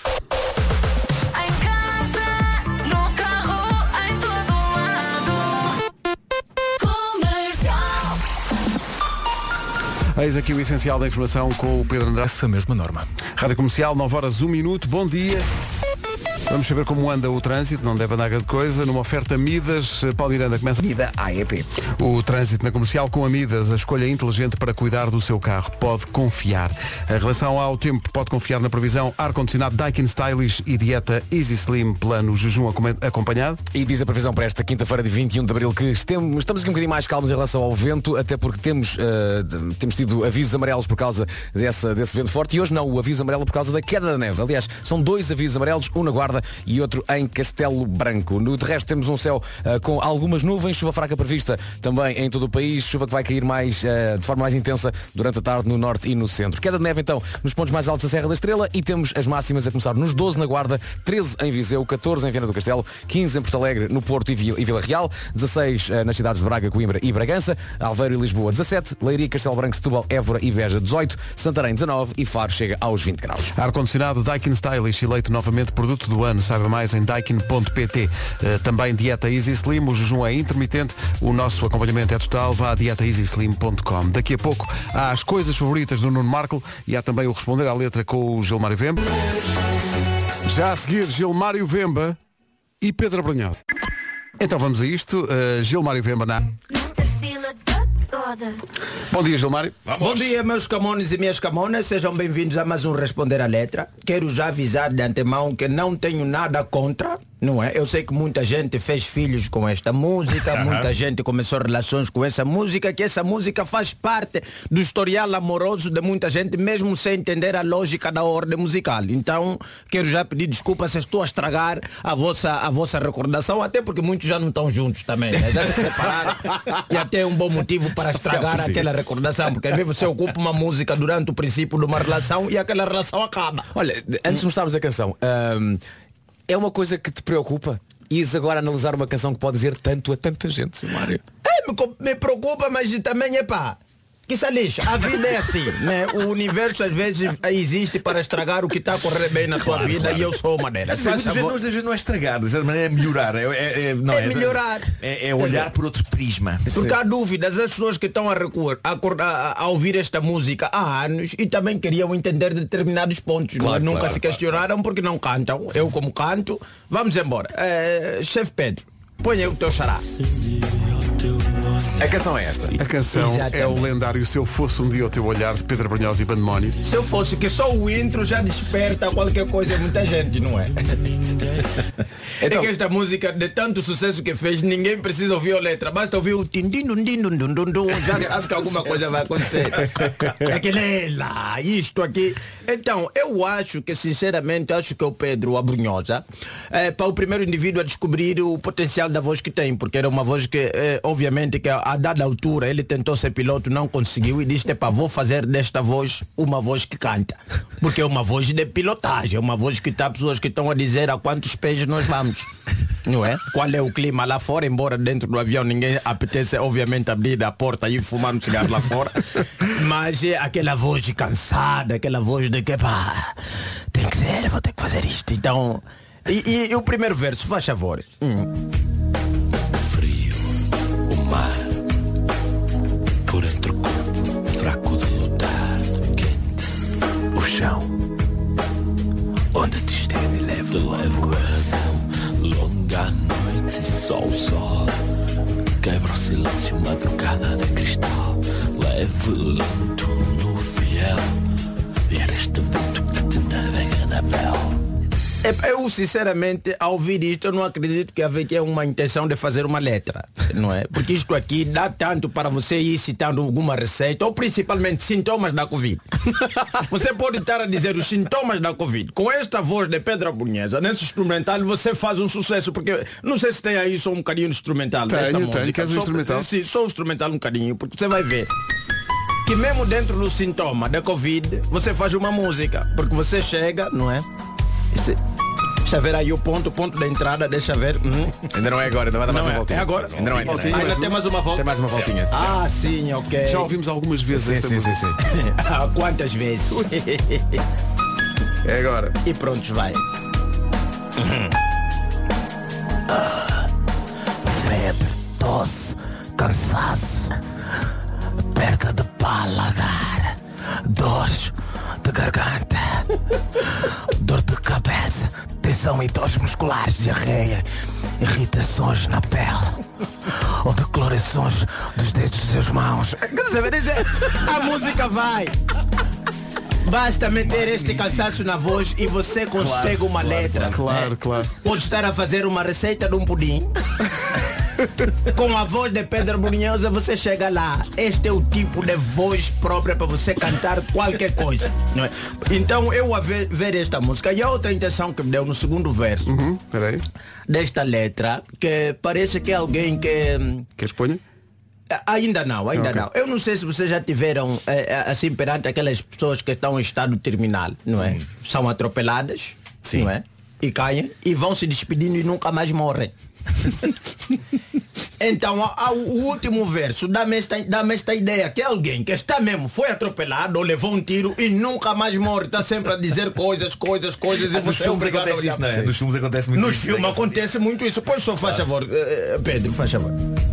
Eis aqui o essencial da informação com o Pedro Andrade. Essa mesma norma. Rádio Comercial, 9 horas 1 minuto. Bom dia. Vamos saber como anda o trânsito, não deve andar grande coisa. Numa oferta Midas, Paulo Miranda começa. Mida AEP. O trânsito na Comercial com a Midas, a escolha inteligente para cuidar do seu carro. Pode confiar. Em relação ao tempo, pode confiar na previsão. Ar-condicionado Daikin Stylish e dieta Easy Slim, plano jejum acompanhado. E diz a previsão para esta quinta-feira de 21 de abril que estamos aqui um bocadinho mais calmos em relação ao vento, até porque temos tido avisos amarelos por causa desse vento forte, e hoje não, o aviso amarelo por causa da queda da neve. Aliás, são 2 avisos amarelos, um na Guarda e outro em Castelo Branco. No de resto temos um céu com algumas nuvens, chuva fraca prevista também em todo o país, chuva que vai cair mais de forma mais intensa durante a tarde no norte e no centro. Queda de neve então nos pontos mais altos da Serra da Estrela, e temos as máximas a começar nos 12 na Guarda, 13 em Viseu, 14 em Viana do Castelo, 15 em Porto Alegre, no Porto e Vila Real, 16 nas cidades de Braga, Coimbra e Bragança, Aveiro e Lisboa 17, Leiria, Castelo Branco, Setúbal, Évora e Beja 18, Santarém 19 e Faro chega aos 20 graus. Ar-condicionado Daikin Stylish, eleito novamente produto do ano. Saiba mais em daikin.pt. Também dieta Easy Slim, o jejum é intermitente, o nosso acompanhamento é total. Vá a dietaeasyslim.com. Daqui a pouco há as coisas favoritas do Nuno Marco e há também o Responder à Letra com o Gilmário Vemba. Já a seguir, Gilmário Vemba e Pedro Abranhado. Então vamos a isto. Gilmário Vemba na... Bom dia, Gilmário. Vamos. Bom dia, meus camones e minhas camonas. Sejam bem-vindos a mais um Responder à Letra. Quero já avisar de antemão que não tenho nada contra, não é? Eu sei que muita gente fez filhos com esta música, muita gente começou relações com essa música, que essa música faz parte do historial amoroso de muita gente, mesmo sem entender a lógica da ordem musical. Então, quero já pedir desculpa se estou a estragar a vossa recordação, até porque muitos já não estão juntos também, né? Já se separaram e até um bom motivo para estragar aquela recordação, porque às vezes você ocupa uma música durante o princípio de uma relação e aquela relação acaba. Olha, antes de mostrarmos a canção, é uma coisa que te preocupa? Ias agora analisar uma canção que pode dizer tanto a tanta gente, Sr. Mário. Me preocupa, mas também é pá. Que se lixa, a vida é assim, né? O universo às vezes existe para estragar o que está a correr bem na tua vida e eu sou uma delas. Muitas vezes não é estragar, de certa maneira é melhorar. Melhorar. É olhar por outro prisma. Porque há dúvidas, as pessoas que estão a ouvir esta música há anos e também queriam entender determinados pontos. Claro, Nunca se questionaram porque não cantam. Eu como canto, vamos embora. Chefe Pedro, põe aí o teu xará. A canção é esta. A canção é o lendário Se Eu Fosse Um Dia o Teu Olhar, de Pedro Brunhosa e Bandemónio. Se eu fosse, que só o intro já desperta qualquer coisa, muita gente, não é? Então, é que esta música, de tanto sucesso que fez, ninguém precisa ouvir a letra, basta ouvir o tim-din-dum-din-dum-dum-dum, já sabe que alguma coisa vai acontecer. Aquele lá, isto aqui. Então, eu acho que, sinceramente, acho que o Pedro, a Brunhosa, para o primeiro indivíduo a descobrir o potencial da voz que tem, porque era uma voz que, obviamente, que a dada altura ele tentou ser piloto, não conseguiu e disse, vou fazer desta voz uma voz que canta. Porque é uma voz de pilotagem, é uma voz que está pessoas que estão a dizer a quantos pés nós vamos. Não é? Qual é o clima lá fora, embora dentro do avião ninguém apetece, obviamente, abrir a porta e fumar um cigarro lá fora. Mas é aquela voz cansada, aquela voz de que tem que ser, vou ter que fazer isto. Então, e o primeiro verso, faz favor. Frio, o mar, por entre o corpo, fraco de lutar, quente, o chão, onde te esteve leve o coração, longa noite, só o sol, quebra o silêncio, madrugada de cristal, leve lento no fiel, e era este vento que te navega na pele. Eu sinceramente ao ouvir isto eu não acredito que havia uma intenção de fazer uma letra, não é? Porque isto aqui dá tanto para você ir citando alguma receita ou principalmente sintomas da Covid. Você pode estar a dizer os sintomas da Covid. Com esta voz de Pedro Brunhosa, nesse instrumental você faz um sucesso, porque não sei se tem aí só um bocadinho de instrumental desta música. Queres um instrumental? Sim, só o instrumental um bocadinho, porque você vai ver que mesmo dentro do sintoma da Covid você faz uma música, porque você chega, não é? Deixa ver aí o ponto da entrada, deixa ver. Ainda não é agora, ainda vai dar mais uma voltinha. É agora? Ainda não é. Ainda tem mais uma volta? Tem mais uma voltinha. Ah, sim, ok. Já ouvimos algumas vezes esta música. Sim. Quantas vezes? É agora. E pronto, vai. Febre, tosse, cansaço, perda de paladar, dores de garganta, dor de cabeça, tensão e dores musculares, diarreia, irritações na pele ou decolorações dos dedos das suas mãos. A música vai. Basta meter este cansaço na voz e você consegue uma letra. Claro. Pode estar a fazer uma receita de um pudim. Com a voz de Pedro Brunhosa você chega lá. Este é o tipo de voz própria para você cantar qualquer coisa, não é? Então eu a ver esta música, e a outra intenção que me deu no segundo verso desta letra, que parece que é alguém que... Queres ponha? Ainda não. Eu não sei se vocês já tiveram assim perante aquelas pessoas que estão em estado terminal, não é? São atropeladas, sim, não é? E caem e vão se despedindo e nunca mais morrem. Então o último verso dá-me esta ideia que alguém que está mesmo, foi atropelado ou levou um tiro e nunca mais morre, está sempre a dizer coisas e nos filmes acontece isso, não é? Nos filmes acontece muito isso. Nos filmes acontece muito isso. Pois só faz favor, Pedro, faz favor.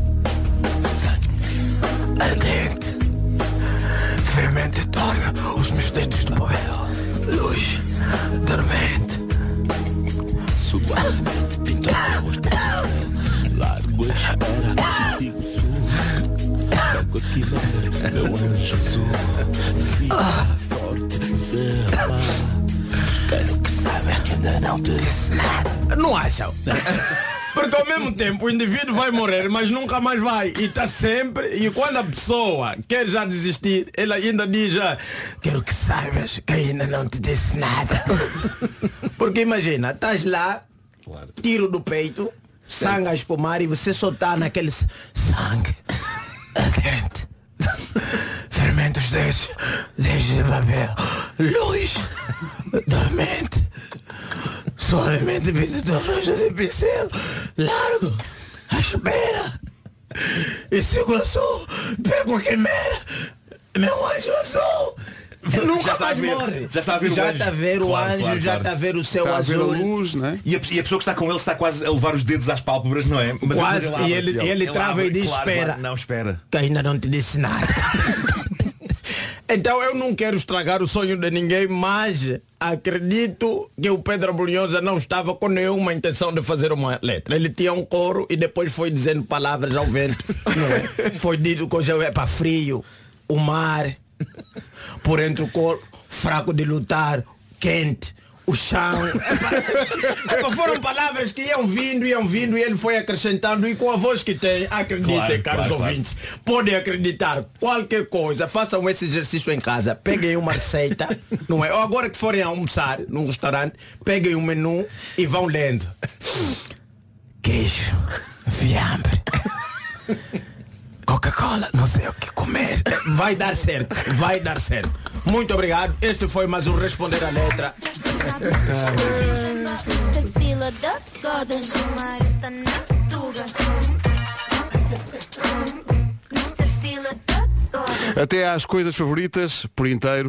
Ardente, fermente torna os meus dedos de papel, luz, dormente, suavemente pinta o rosto, largo a espera, sigo sul, toco aqui meu anjo azul, fica forte, será, quero que saibas que ainda não te disse nada. Não acham? Porque ao mesmo tempo o indivíduo vai morrer, mas nunca mais vai. E está sempre. E quando a pessoa quer já desistir, ela ainda diz quero que saibas que ainda não te disse nada. Porque imagina, estás lá, tiro do peito, sangue a espumar e você só está naquele sangue ardente. Fermenta os dedos, de papel, luz, dormente. suavemente pinto teu rosto de pincel largo à espera. E círculo azul, perco quem mera, meu anjo azul. Nunca mais morre. Já está a ver já o anjo. está a ver o Claro, anjo, claro, já claro. está a ver o céu Está a ver a azul. luz, não é? E a pessoa que está com ele está quase a levar os dedos às pálpebras, não é? Mas Quase, abre, e ele trava abre, e diz, claro, espera. claro, não, espera. Que ainda não te disse nada. Então eu não quero estragar o sonho de ninguém, mas acredito que o Pedro Brunhosa não estava com nenhuma intenção de fazer uma letra. Ele tinha um coro e depois foi dizendo palavras ao vento. Não é? Foi dito coisa é para frio, o mar, por entre o corpo, fraco de lutar, quente, o chão. Foram palavras que iam vindo e ele foi acrescentando, e com a voz que tem, acreditem, caros ouvintes, podem acreditar qualquer coisa, façam esse exercício em casa, peguem uma receita, não é? Ou agora que forem almoçar num restaurante, peguem um menu e vão lendo. Queijo, fiambre, Coca-Cola, não sei o que comer. Vai dar certo, vai dar certo. Muito obrigado. Este foi mais um Responder à Letra. Até às coisas favoritas, por inteiro.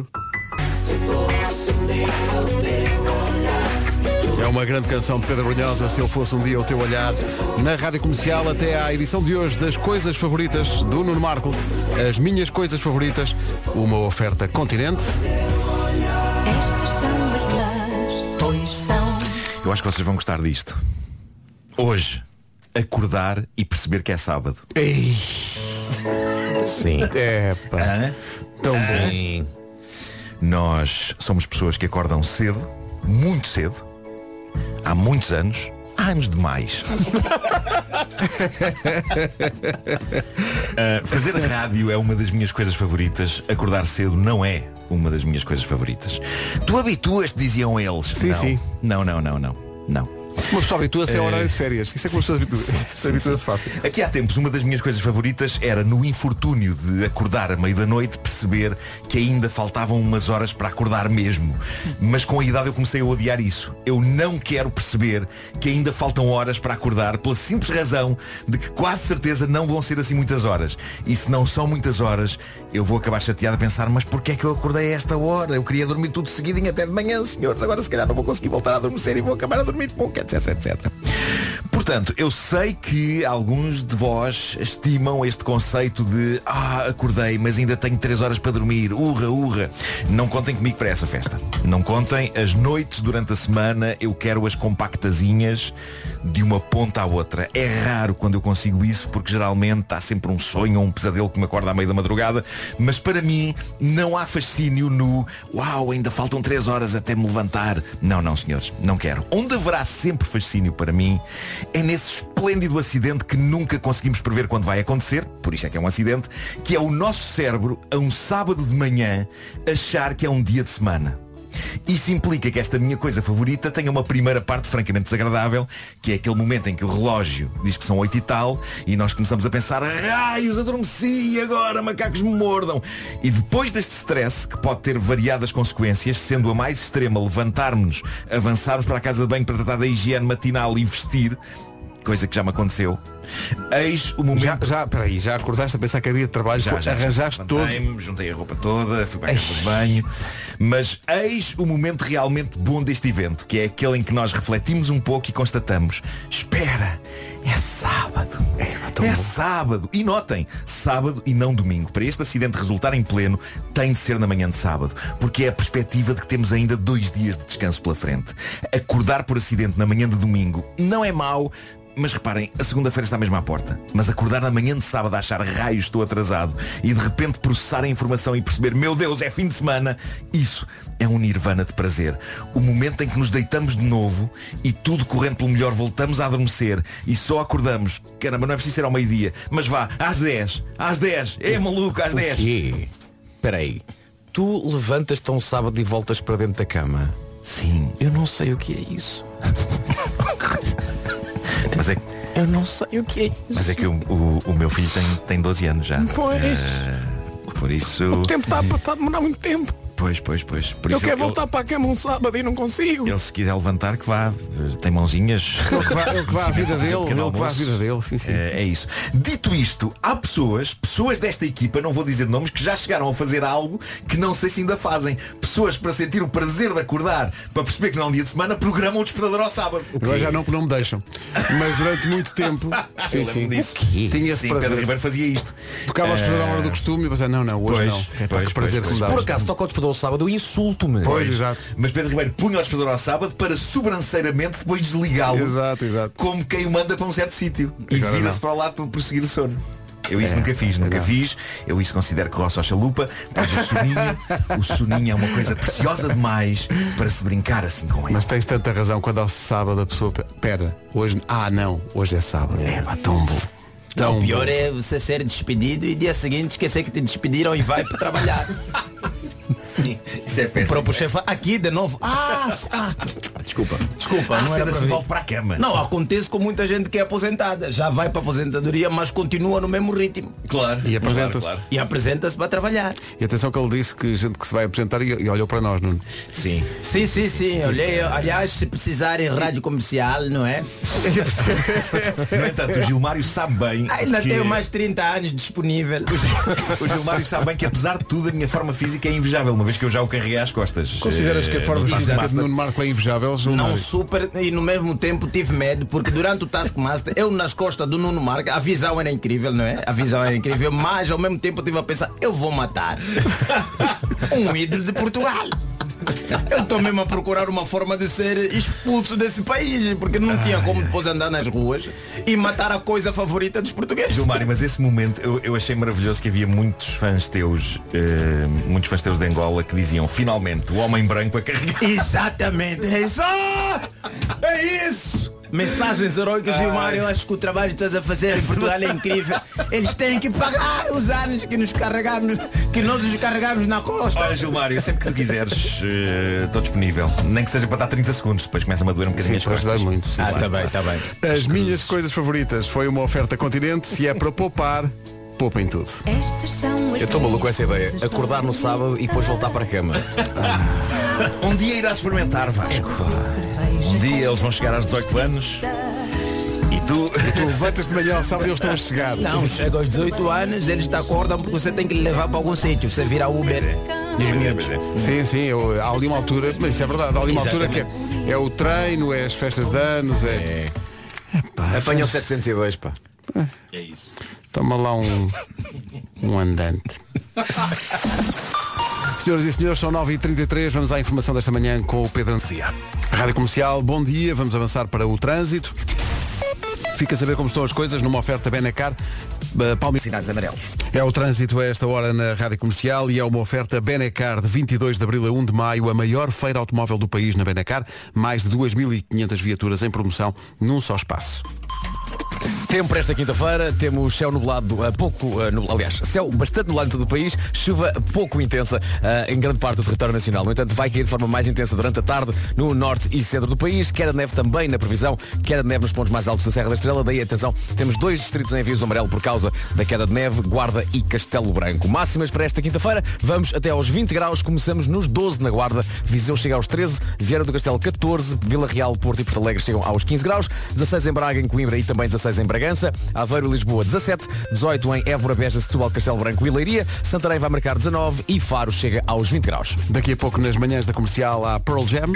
É uma grande canção de Pedro Brunhosa, Se Eu Fosse Um Dia o Teu Olhar, na Rádio Comercial, até à edição de hoje das coisas favoritas do Nuno Marco, as minhas coisas favoritas, uma oferta Continente. Estas são verdades, pois são. Eu acho que vocês vão gostar disto. Hoje, acordar e perceber que é sábado. Ei, Sim. é pá, Hã? tão bom. Sim. Nós somos pessoas que acordam cedo, muito cedo, há muitos anos, há anos demais. Fazer rádio é uma das minhas coisas favoritas. Acordar cedo não é uma das minhas coisas favoritas. Tu habituas-te, diziam eles. Sim, não. sim. Não. Uma pessoa habitua-se a horário de férias. Isso é que uma pessoa habitua-se fácil. Aqui há tempos, uma das minhas coisas favoritas era, no infortúnio de acordar à meia da noite, perceber que ainda faltavam umas horas para acordar mesmo. Mas com a idade eu comecei a odiar isso. Eu não quero perceber que ainda faltam horas para acordar, pela simples razão de que quase certeza não vão ser assim muitas horas. E se não são muitas horas, eu vou acabar chateado a pensar, mas porquê é que eu acordei a esta hora? Eu queria dormir tudo seguidinho até de manhã, senhores. Agora se calhar não vou conseguir voltar a adormecer e vou acabar a dormir pouco, etc. Portanto, eu sei que alguns de vós estimam este conceito de acordei, mas ainda tenho 3 horas para dormir. Urra. Não contem comigo para essa festa. Não contem. As noites durante a semana eu quero-as compactazinhas de uma ponta à outra. É raro quando eu consigo isso, porque geralmente há sempre um sonho ou um pesadelo que me acorda à meia da madrugada. Mas para mim não há fascínio no ainda faltam 3 horas até me levantar. Não, senhores, não quero. Onde haverá sempre fascínio para mim é nesse esplêndido acidente que nunca conseguimos prever quando vai acontecer, por isso é que é um acidente, que é o nosso cérebro, a um sábado de manhã, achar que é um dia de semana. Isso implica que esta minha coisa favorita tenha uma primeira parte francamente desagradável, que é aquele momento em que o relógio diz que são 8 e tal, e nós começamos a pensar, raios, adormeci, e agora macacos me mordam. E depois deste stress, que pode ter variadas consequências, sendo a mais extrema levantarmos-nos, avançarmos para a casa de banho para tratar da higiene matinal e vestir, coisa que já me aconteceu, eis o momento... Já acordaste a pensar que é dia de trabalho? Arranjaste todo? Juntei a roupa toda, fui para a casa de banho. Mas eis o momento realmente bom deste evento, que é aquele em que nós refletimos um pouco e constatamos, espera, é sábado. É sábado. E notem, sábado e não domingo. Para este acidente resultar em pleno, tem de ser na manhã de sábado, porque é a perspectiva de que temos ainda 2 dias de descanso pela frente. Acordar por acidente na manhã de domingo não é mau, mas reparem, a segunda-feira está mesmo à porta. Mas acordar na manhã de sábado a achar raios, estou atrasado, e de repente processar a informação e perceber, meu Deus, é fim de semana, isso é um nirvana de prazer. O momento em que nos deitamos de novo e tudo correndo pelo melhor, voltamos a adormecer e só acordamos, caramba, não é preciso ser ao meio-dia, mas vá, às 10, é maluco, às 10. O quê? Espera aí. Tu levantas-te um sábado e voltas para dentro da cama? Sim. Eu não sei o que é isso. Mas é, eu não sei o que é isso. Mas é que o meu filho tem 12 anos já. Pois. Por isso... O tempo está a demorar muito tempo. Pois. Por Eu isso quero ele- voltar para a cama um sábado e não consigo. Ele se quiser levantar que vá, tem mãozinhas. Ele que vá à vida dele, ele que vá à vida dele, sim. É isso. Dito isto, há pessoas desta equipa, não vou dizer nomes, que já chegaram a fazer algo que não sei se ainda fazem. Pessoas que, para sentir o prazer de acordar, para perceber que não é um dia de semana, programam o despertador ao sábado. Agora já não me deixam. Mas durante muito tempo, Eu lembro disso. tinha esse Sim, Pedro prazer. Ribeiro fazia isto. Tocava as pessoas à hora do costume e pensava, não, hoje Pois, não. É para pois, que prazer pois, que me pois. dá. Por acaso toca o despertador ao sábado, eu insulto-me. Pois, exato. Mas Pedro Ribeiro punha o despertador ao sábado para sobranceiramente depois desligá-lo. Exato. Como quem o manda para um certo sítio. E Agora vira-se não. para o lado para prosseguir o sono. Eu isso nunca fiz. Eu isso considero que roça ao chalupa, pois o soninho é uma coisa preciosa demais para se brincar assim com ele. Mas tens tanta razão, quando ao sábado a pessoa pera, hoje. Não, hoje é sábado. É pá, tão bom. Não, o pior é você ser despedido e dia seguinte esquecer que te despediram e vai para trabalhar. Sim, isso é O péssimo. próprio chefe, aqui de novo. Desculpa, não era Cedo para assim vir. volto para a cama. Não, acontece com muita gente que é aposentada. Já vai para a aposentadoria, mas continua no mesmo ritmo. Claro. E apresenta-se. Claro. E apresenta-se para trabalhar. E atenção que ele disse que gente que se vai apresentar e olhou para nós, Nuno. Sim. Sim. Olhei, aliás, se precisarem rádio comercial, não é? No entanto, o Gilmário sabe bem Ainda que... tenho mais 30 anos disponível. O Gilmário sabe bem que apesar de tudo a minha forma física é invejável, uma vez que eu já o carreguei às costas. Consideras que a forma no física de Taskmaster. Nuno Marco é invejável? Não Gilmário? super e no mesmo tempo tive medo porque durante o Taskmaster eu nas costas do Nuno Marco a visão era incrível, não é? A visão era incrível, mas ao mesmo tempo eu tive a pensar, eu vou matar um ídolo de Portugal. Eu estou mesmo a procurar uma forma de ser expulso desse país, porque não tinha como depois andar nas ruas e matar a coisa favorita dos portugueses. Gilmário, mas esse momento eu achei maravilhoso que havia muitos fãs teus de Angola que diziam finalmente o homem branco a carregar. Exatamente, é isso! É isso! Mensagens heróicas, Gilmário. Eu acho que o trabalho que estás a fazer em Portugal é incrível. Eles têm que pagar os anos que nos carregamos, que nós os carregamos na costa. Olha, Gilmário, sempre que tu quiseres, estou disponível. Nem que seja para dar 30 segundos, depois começa-me a doer um bocadinho as Sim, pode costas. ajudar muito. Sim, sim. Está bem. As minhas coisas favoritas foi uma oferta Continente. Se é para poupar, poupem tudo. Estas são as Eu estou maluco com essa ideia. Acordar no sábado e depois voltar para a cama. Um dia irá experimentar, Vasco. Um dia eles vão chegar aos 18 anos e tu... Tu levantas de manhã ao sábado e eles estão a chegar. Não, chega aos 18 anos, eles te acordam porque você tem que lhe levar para algum sítio. Você vira Uber. Pois é. Sim, há ali uma altura, mas isso é verdade, há ali uma altura que é o treino, é as festas de anos, Apanha o 702, pá. É isso. Toma lá um andante. Senhoras e senhores, são 9h33, vamos à informação desta manhã com o Pedro Antia. Rádio Comercial, bom dia, vamos avançar para o trânsito. Fica a saber como estão as coisas numa oferta Benacar. Sinais amarelos. É o trânsito a esta hora na Rádio Comercial e é uma oferta Benacar de 22 de abril a 1 de maio, a maior feira automóvel do país na Benacar, mais de 2.500 viaturas em promoção num só espaço. Tempo para esta quinta-feira, temos céu nublado, aliás, céu bastante nublado em todo o país, chuva pouco intensa em grande parte do território nacional. No entanto, vai cair de forma mais intensa durante a tarde no norte e centro do país. Queda de neve também na previsão, queda de neve nos pontos mais altos da Serra da Estrela. Daí, atenção, temos 2 distritos em aviso amarelo por causa da queda de neve, Guarda e Castelo Branco. Máximas para esta quinta-feira, vamos até aos 20 graus, começamos nos 12 na Guarda, Viseu chega aos 13, Vieira do Castelo 14, Vila Real, Porto e Porto Alegre chegam aos 15 graus, 16 em Braga, em Coimbra e também 16 em Bragança, Aveiro e Lisboa 17, 18 em Évora, Beja, Setúbal, Castelo Branco e Leiria, Santarém vai marcar 19 e Faro chega aos 20 graus. Daqui a pouco nas manhãs da Comercial há Pearl Jam.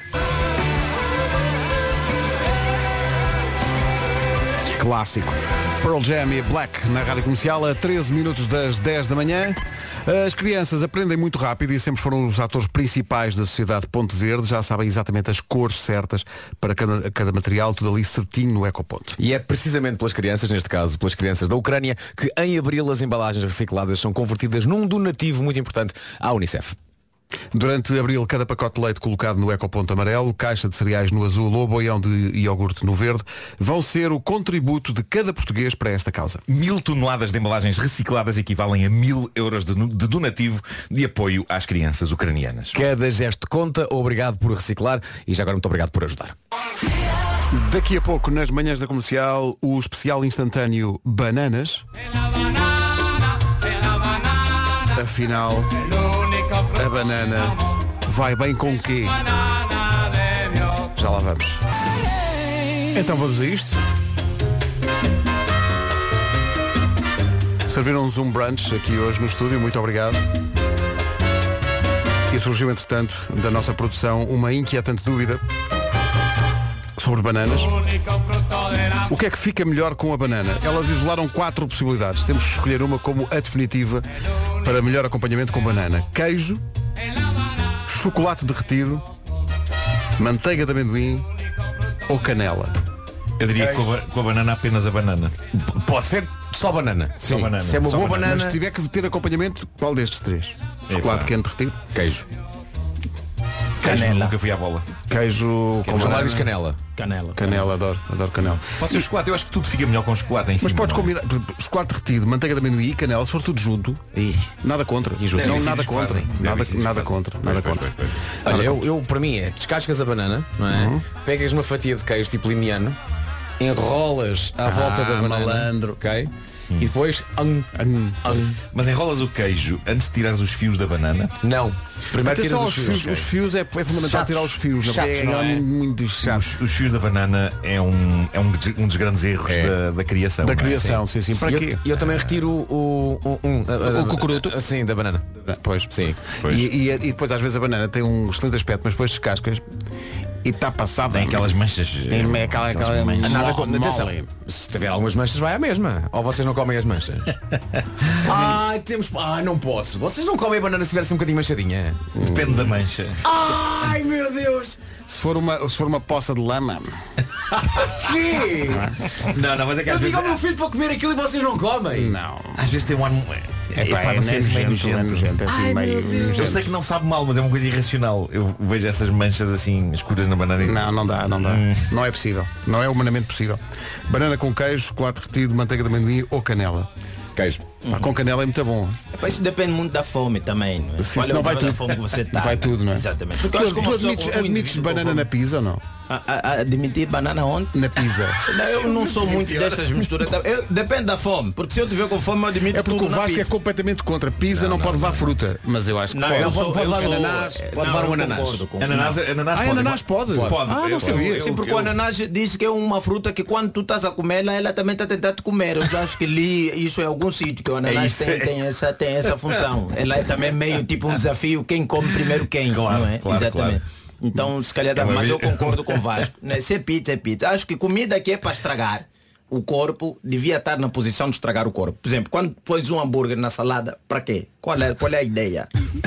Clássico. Pearl Jam e Black na Rádio Comercial a 13 minutos das 10 da manhã. As crianças aprendem muito rápido e sempre foram os atores principais da Sociedade Ponto Verde. Já sabem exatamente as cores certas para cada material, tudo ali certinho no Ecoponto. E é precisamente pelas crianças, neste caso pelas crianças da Ucrânia, que em abril as embalagens recicladas são convertidas num donativo muito importante à Unicef. Durante abril, cada pacote de leite colocado no Ecoponto amarelo, caixa de cereais no azul ou boião de iogurte no verde, vão ser o contributo de cada português para esta causa. 1000 toneladas de embalagens recicladas equivalem a 1000 euros de donativo de apoio às crianças ucranianas. Cada gesto conta, obrigado por reciclar e já agora muito obrigado por ajudar. Daqui a pouco, nas manhãs da Comercial, o especial instantâneo Bananas. Afinal, A banana vai bem com o quê? Já lá vamos. Então vamos a isto. Serviram-nos um brunch aqui hoje no estúdio, muito obrigado. E surgiu, entretanto, da nossa produção uma inquietante dúvida sobre bananas. O que é que fica melhor com a banana? Elas isolaram 4 possibilidades. Temos que escolher uma como a definitiva para melhor acompanhamento com banana. Queijo, chocolate derretido, manteiga de amendoim ou canela. Eu diria que com a banana apenas a banana. Pode ser só banana. Só Sim. banana. Se é uma Só boa banana. banana. Mas se tiver que ter acompanhamento, qual destes 3? Chocolate quente derretido? Queijo. Queijo, Canela. nunca fui à bola. Queijo com O chamado banana? diz canela. Canela. Canela, adoro canela. Pode ser o chocolate, eu acho que tudo fica melhor com chocolate em cima. Mas podes não é? combinar chocolate derretido, manteiga de amendoim e canela, se for tudo junto, nada contra. Deve Não, ser nada isso que contra. fazem. Deve Nada, ser isso que nada fazem. contra. Pois, Nada pois, contra. pois, pois. Olha, eu para mim é descascas a banana, não é? Pegas uma fatia de queijo tipo limiano, enrolas à volta da banana, malandro. ok? E depois Mas enrolas o queijo antes de tirares os fios da banana. não. Primeiro Atenção tiras aos os fios. fios. Os fios é fundamental Chatos. tirar os fios. Chatos, não é? Muito chato. Os fios da banana é um dos grandes erros da criação. Da não é? criação, sim. Para E quê? eu também retiro o cucuruto? Sim, da banana. Pois. Sim. Pois. E depois às vezes a banana tem um excelente aspecto, mas depois descascas e está passada. Tem aquelas manchas. Tem aquela manchas. Nada mole. atenção. Se tiver algumas manchas vai à mesma. Ou vocês não comem as manchas? Não posso. Vocês não comem a banana se tiver assim um bocadinho manchadinha. Depende da mancha. Ai meu Deus! Se for uma poça de lama. Que? Não, mas é que Eu às digo vezes, ao meu filho para comer aquilo e vocês não comem. Não. às vezes tem um ar. Epá, não sei, é meio nojento, é assim Ai, meio meu Deus. Eu nojento. sei que não sabe mal, mas é uma coisa irracional. Eu vejo essas manchas assim escuras na banana. Não dá. Não é possível. Não é humanamente possível. Banana com queijo, chocolate derretido, manteiga de amendoim ou canela. Queijo. Pá, com canela é muito bom. Isso depende muito da fome também, não é? Se Qual é não o vai nível tudo. da fome que você tá? Vai tudo, não é? Exatamente. Tu, Porque eu acho que uma pessoa admites, com um admites indivíduo banana com na fome- pizza ou não? Admitir banana ontem? Na pizza. Eu não sou muito dessas misturas. Depende da fome. Porque se eu tiver com fome, eu admito É porque tudo o na Vasco é pizza. completamente contra. Pizza não pode levar fruta. Mas eu acho que Não, pode. eu sou- pode eu levar sou- ananás, é, pode não, levar eu um ananás. concordo com- Ananás pode. Ananás pode? Pode. Ah, não sabia. Sim, porque o ananás diz que é uma fruta que quando tu estás a comer, ela também está tentando te comer. Eu já acho que li isso em algum sítio, que o ananás isso. tem essa função. Ela é também meio tipo um desafio, quem come primeiro quem, Claro, não é? claro, Exatamente. claro. Então, se calhar dá, uma mas eu vez- concordo com o Vasco. Né? Se é pizza, é pizza. Acho que comida que é para estragar o corpo devia estar na posição de estragar o corpo. Por exemplo, quando pões um hambúrguer na salada, para quê? Qual é a ideia?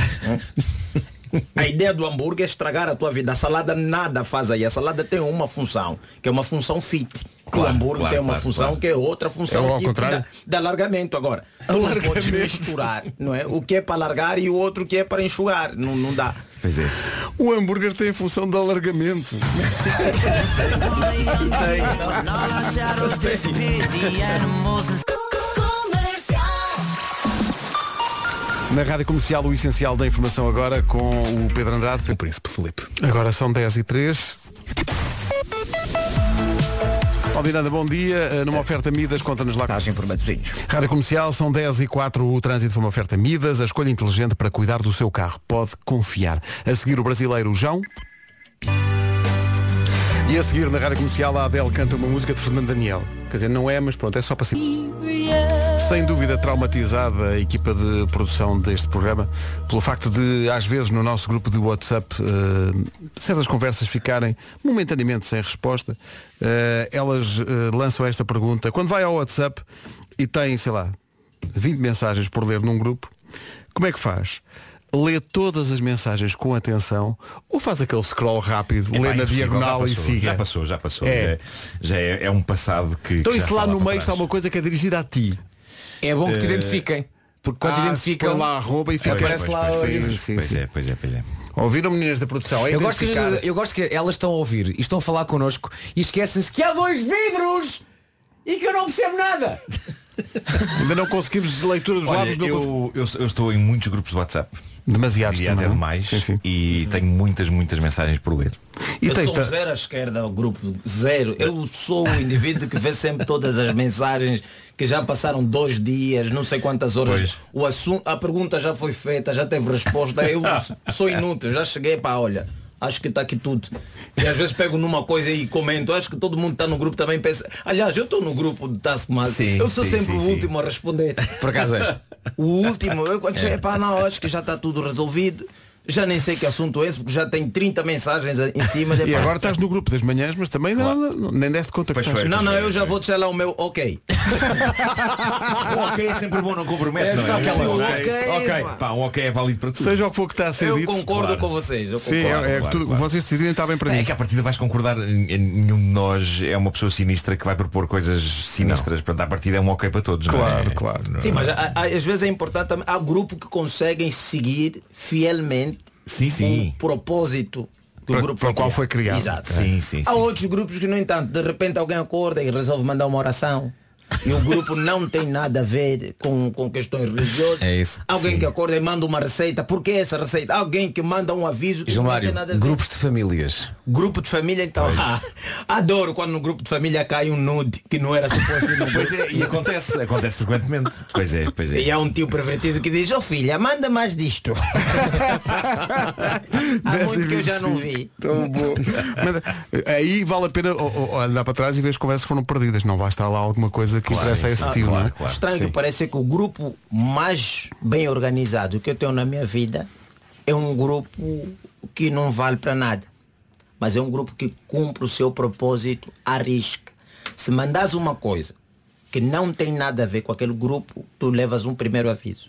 A ideia do hambúrguer é estragar a tua vida. A salada nada faz aí. A salada tem uma função, que é uma função fit. Claro, o hambúrguer claro, tem uma claro, função claro. que é outra função. É ao contrário? De alargamento agora. Tu não podes misturar, não é? O que é para alargar e o outro que é para enxugar. Não dá. Pois é. O hambúrguer tem a função de alargamento. Na Rádio Comercial, o essencial da informação agora com o Pedro Andrade. O Príncipe Filipe. Agora são 10h03. Miranda, bom dia. Numa oferta Midas, conta-nos lá. Passagem por Matosinhos. Rádio Comercial, são 10h04, o trânsito foi uma oferta Midas, a escolha inteligente para cuidar do seu carro. Pode confiar. A seguir o brasileiro João. E a seguir na Rádio Comercial a Adele canta uma música de Fernando Daniel. Quer dizer, não é, mas pronto, é só para si. Sem dúvida traumatizada a equipa de produção deste programa pelo facto de, às vezes, no nosso grupo de WhatsApp certas conversas ficarem momentaneamente sem resposta. Elas lançam esta pergunta. Quando vai ao WhatsApp e tem, sei lá, 20 mensagens por ler num grupo, como é que faz? Lê todas as mensagens com atenção ou faz aquele scroll rápido, lê na impossível, diagonal já e passou, siga? Já passou. É. É um passado que. Então que e já se lá está no para meio está trás. uma coisa que é dirigida a ti? É bom que te identifiquem. Porque quando te identificam põe lá arroba e fica. aparece lá. Sim. Pois é. Ouviram, meninas da produção? É Eu gosto identificar. que elas estão a ouvir e estão a falar connosco e esquecem-se que há 2 vidros e que eu não percebo nada. Ainda não conseguimos leitura dos Olha, lábios. Não conseguimos. eu estou em muitos grupos de WhatsApp. Demasiados Diria até também. demais. Sim. E tenho muitas mensagens por ler. E eu tens sou zero à esquerda ao grupo, zero. Eu sou o indivíduo que vê sempre todas as mensagens que já passaram 2 dias, não sei quantas horas. Pois. O assunto, a pergunta já foi feita, já teve resposta. Eu sou inútil, já cheguei para olha. Acho que está aqui tudo. E às vezes pego numa coisa e comento. Acho que todo mundo está no grupo também pensa. Aliás, eu estou no grupo de Taskmaster. Eu sou sempre o último a responder. Por acaso és? O último, eu quando cheguei, não, acho que já está tudo resolvido. Já nem sei que assunto é esse, porque já tenho 30 mensagens em cima. E agora estás no grupo das manhãs, mas também nem deste conta que estás. Não, eu já vou deixar lá o meu ok. O ok é sempre bom, não compromete, É não só é? aquela Ok. Pá, um ok é válido para tudo. Seja o que for que está a ser Eu dito. concordo com vocês. Eu Sim, concordo. vocês decidirem está bem para mim. É que à partida vais concordar, nenhum de nós é uma pessoa sinistra que vai propor coisas sinistras. Portanto, à partida é um ok para todos. Claro, não é? claro. Sim, mas às vezes é importante também. Há grupo que conseguem seguir fielmente Sim. o propósito que o grupo para o qual foi criado. Exato. Sim. Há outros grupos que, no entanto, de repente alguém acorda e resolve mandar uma oração. E o grupo não tem nada a ver com questões religiosas. É isso. Alguém que acorda e manda uma receita. Por que essa receita? Alguém que manda um aviso que não Gilmário, tem nada a ver. grupos de famílias. Grupo de família, então. Adoro quando no grupo de família cai um nude que não era suposto ir no Pois é, e acontece frequentemente. Pois é. E há um tio pervertido que diz, filha, manda mais disto. Há muito que eu já não vi. Tão bom. Mas, aí vale a pena andar para trás e ver as conversas que foram perdidas. Não vai estar lá alguma coisa que interessa a esse tio, não é? Estranho que parece que o grupo mais bem organizado que eu tenho na minha vida é um grupo que não vale para nada. Mas é um grupo que cumpre o seu propósito à risca. Se mandas uma coisa que não tem nada a ver com aquele grupo, tu levas um primeiro aviso.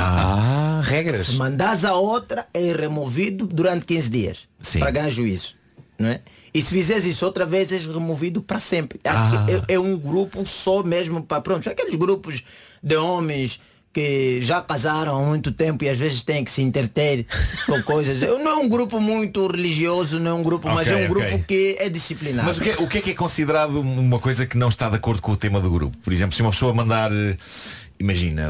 Regras. Se mandas a outra, é removido durante 15 dias. Para ganhar juízo. Não é? E se fizeres isso outra vez, és removido para sempre. É um grupo só mesmo para pronto. Aqueles grupos de homens que já casaram há muito tempo e às vezes têm que se interter com coisas. Não é um grupo muito religioso, não é um grupo, mas é um grupo que é disciplinado. Mas o que é considerado uma coisa que não está de acordo com o tema do grupo? Por exemplo, se uma pessoa mandar, imagina,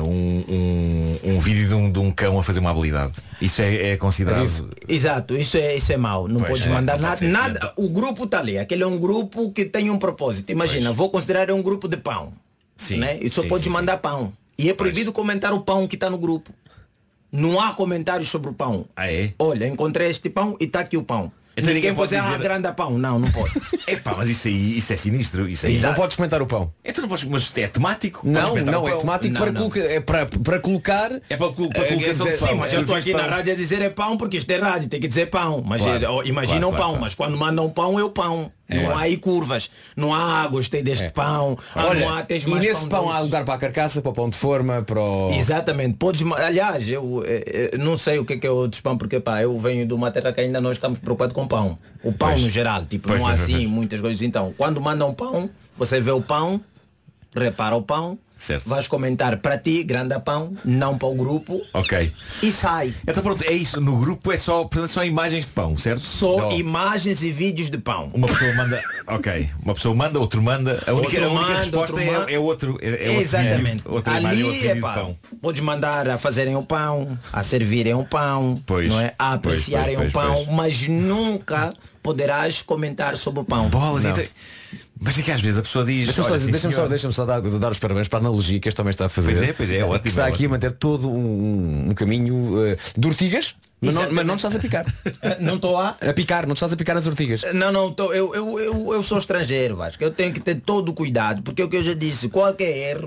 um vídeo de um cão a fazer uma habilidade, isso é considerado... Exato, isso é mau. Não podes mandar nada. Nada. O grupo está ali. Aquele é um grupo que tem um propósito. Imagina, vou considerar um grupo de pão. Sim, né? E só sim, podes sim, mandar pão. E é proibido comentar o pão que está no grupo. Não há comentários sobre o pão. Olha, encontrei este pão e está aqui o pão. Então ninguém pode dizer grande pão. Não pode. Epá, mas isso é sinistro. Isso aí. Não podes comentar o pão. Então não podes, mas é temático. Não, é temático para colocar. É para colocação de pão. Sim, mas eu estou aqui na rádio a dizer é pão porque isto é rádio, tem que dizer pão. Mas imagina um pão, mas quando mandam pão é o pão. Não há aí curvas, não há gostei deste pão. Olha, não há, tens e mais nesse pão há lugar para a carcaça, para o pão de forma, para o... Exatamente. Aliás, eu não sei o que é outros pão, porque eu venho de uma terra que ainda nós estamos preocupados com pão. O pão no geral, não há assim muitas coisas. Então, quando mandam pão, você vê o pão, repara o pão, certo. Vais comentar para ti, grande pão, não para o grupo. Ok. E sai. Então pronto, é isso. No grupo é só imagens de pão, certo? Só imagens e vídeos de pão. Uma pessoa manda. Ok. Uma pessoa manda, outro manda. A única resposta é outro. Exatamente. Outra ali imagem, outro vídeo de pão. Podes mandar a fazerem o pão, a servirem o pão, não é? A apreciarem o pão, mas nunca poderás comentar sobre o pão. Bolas, mas é que às vezes a pessoa diz. Deixa-me só dar os parabéns para a analogia que este homem está a fazer. Pois é ótimo. Está aqui a manter todo um caminho de ortigas, mas não estás a picar. Não estou a picar, não estás a picar as ortigas. Não, eu sou estrangeiro, Vasco. Eu tenho que ter todo o cuidado, porque é o que eu já disse, qualquer erro.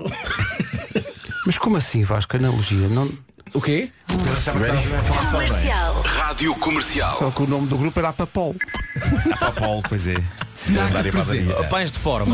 Mas como assim, Vasco, analogia? Não... O quê? Comercial. Rádio Comercial. Só que o nome do grupo era Papol. Papol, pois é. Pães de forma.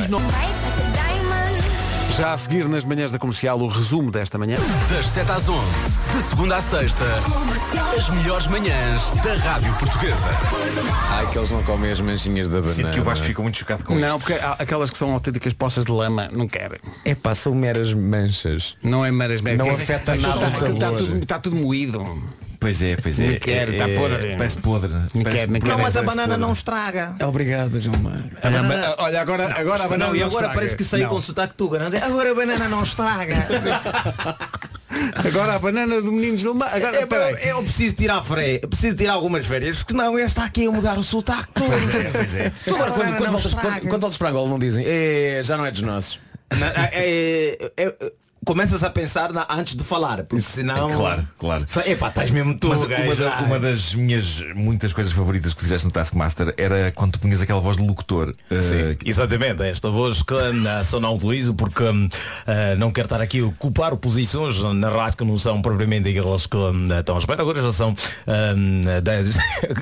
Já a seguir nas manhãs da Comercial o resumo desta manhã. Das 7 às 11, de segunda à sexta, as melhores manhãs da Rádio Portuguesa. Ai, que eles não comem as manchinhas da banana. Sinto que o Vasco ficou muito chocado com isso. Não, porque aquelas que são autênticas poças de lama não querem. São meras manchas. Não é meras manchas. Não afeta nada o sabor. Está tudo moído. Pois é. Não quero, está podre. Parece podre. Não, mas a banana não estraga. Obrigado, João Mário. Olha, agora a banana não, e agora estraga. parece que saiu com sotaque tuga. Agora a banana não estraga. Agora a banana do menino Gilmar. Agora, peraí. Eu preciso tirar freio, preciso tirar algumas férias, porque senão este está aqui a mudar o sotaque todo. Pois é. Tu agora, quando voltas para Angola, não dizem, já não é dos nossos. Começas a pensar antes de falar, porque senão... Claro. Epá, estás mesmo tu, Mas gajo. uma das minhas muitas coisas favoritas que fizeste no Taskmaster era quando tu punhas aquela voz de locutor. Sim, exatamente. Esta voz que só não utilizo porque não quero estar aqui a ocupar posições na rádio que não são propriamente aquelas que estão à espera. Agora já são 10.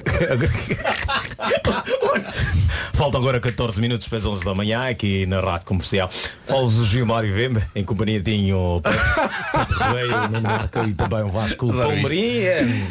Faltam agora 14 minutos para as 11 da manhã aqui na rádio comercial. Falo-vos o Gilmar e Vemba, em companhia tinha o Correio, o Nuno Marco e também o Vasco Palmeirim.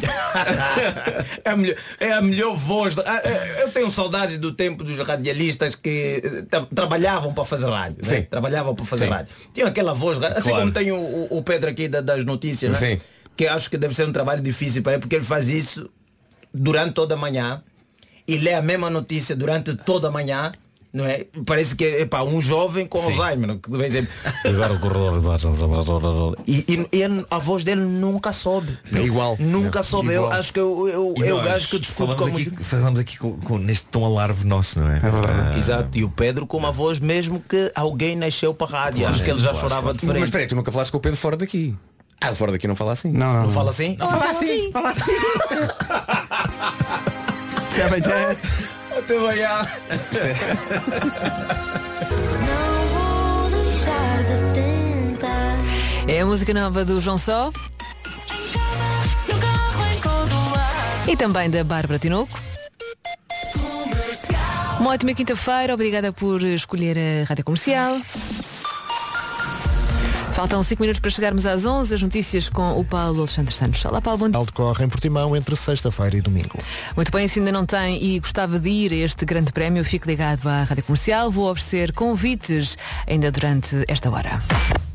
É a melhor voz. Eu tenho saudades do tempo dos radialistas que trabalhavam para fazer rádio. Né? Trabalhavam para fazer rádio. Tinha aquela voz, assim como tem o Pedro aqui das notícias, né? Que acho que deve ser um trabalho difícil para ele, porque ele faz isso durante toda a manhã e lê a mesma notícia durante toda a manhã. Não é? Parece que é um jovem com Alzheimer, que de vez em agora o corredor e a voz dele nunca sobe. É igual. Nunca sobe. Igual. Eu acho que eu o gajo que discute falamos aqui neste tom alarve nosso, não é? É verdade. Exato. E o Pedro com uma voz mesmo que alguém nasceu para a rádio. Acho que ele já chorava de frente. Mas espera aí, tu nunca falaste com o Pedro fora daqui. Ele fora daqui não fala assim. Não fala assim? Não fala assim. Fala assim. Até amanhã. Não vou deixar de tentar. É a música nova do João Só No carro, em todo lado. e também da Bárbara Tinoco. Uma ótima quinta-feira, obrigada por escolher a Rádio Comercial. Faltam 5 minutos para chegarmos às 11, as notícias com o Paulo Alexandre Santos. Olá, Paulo, bom dia. Decorre em Portimão entre sexta-feira e domingo. Muito bem, se ainda não tem e gostava de ir a este grande prémio, fique ligado à Rádio Comercial. Vou oferecer convites ainda durante esta hora.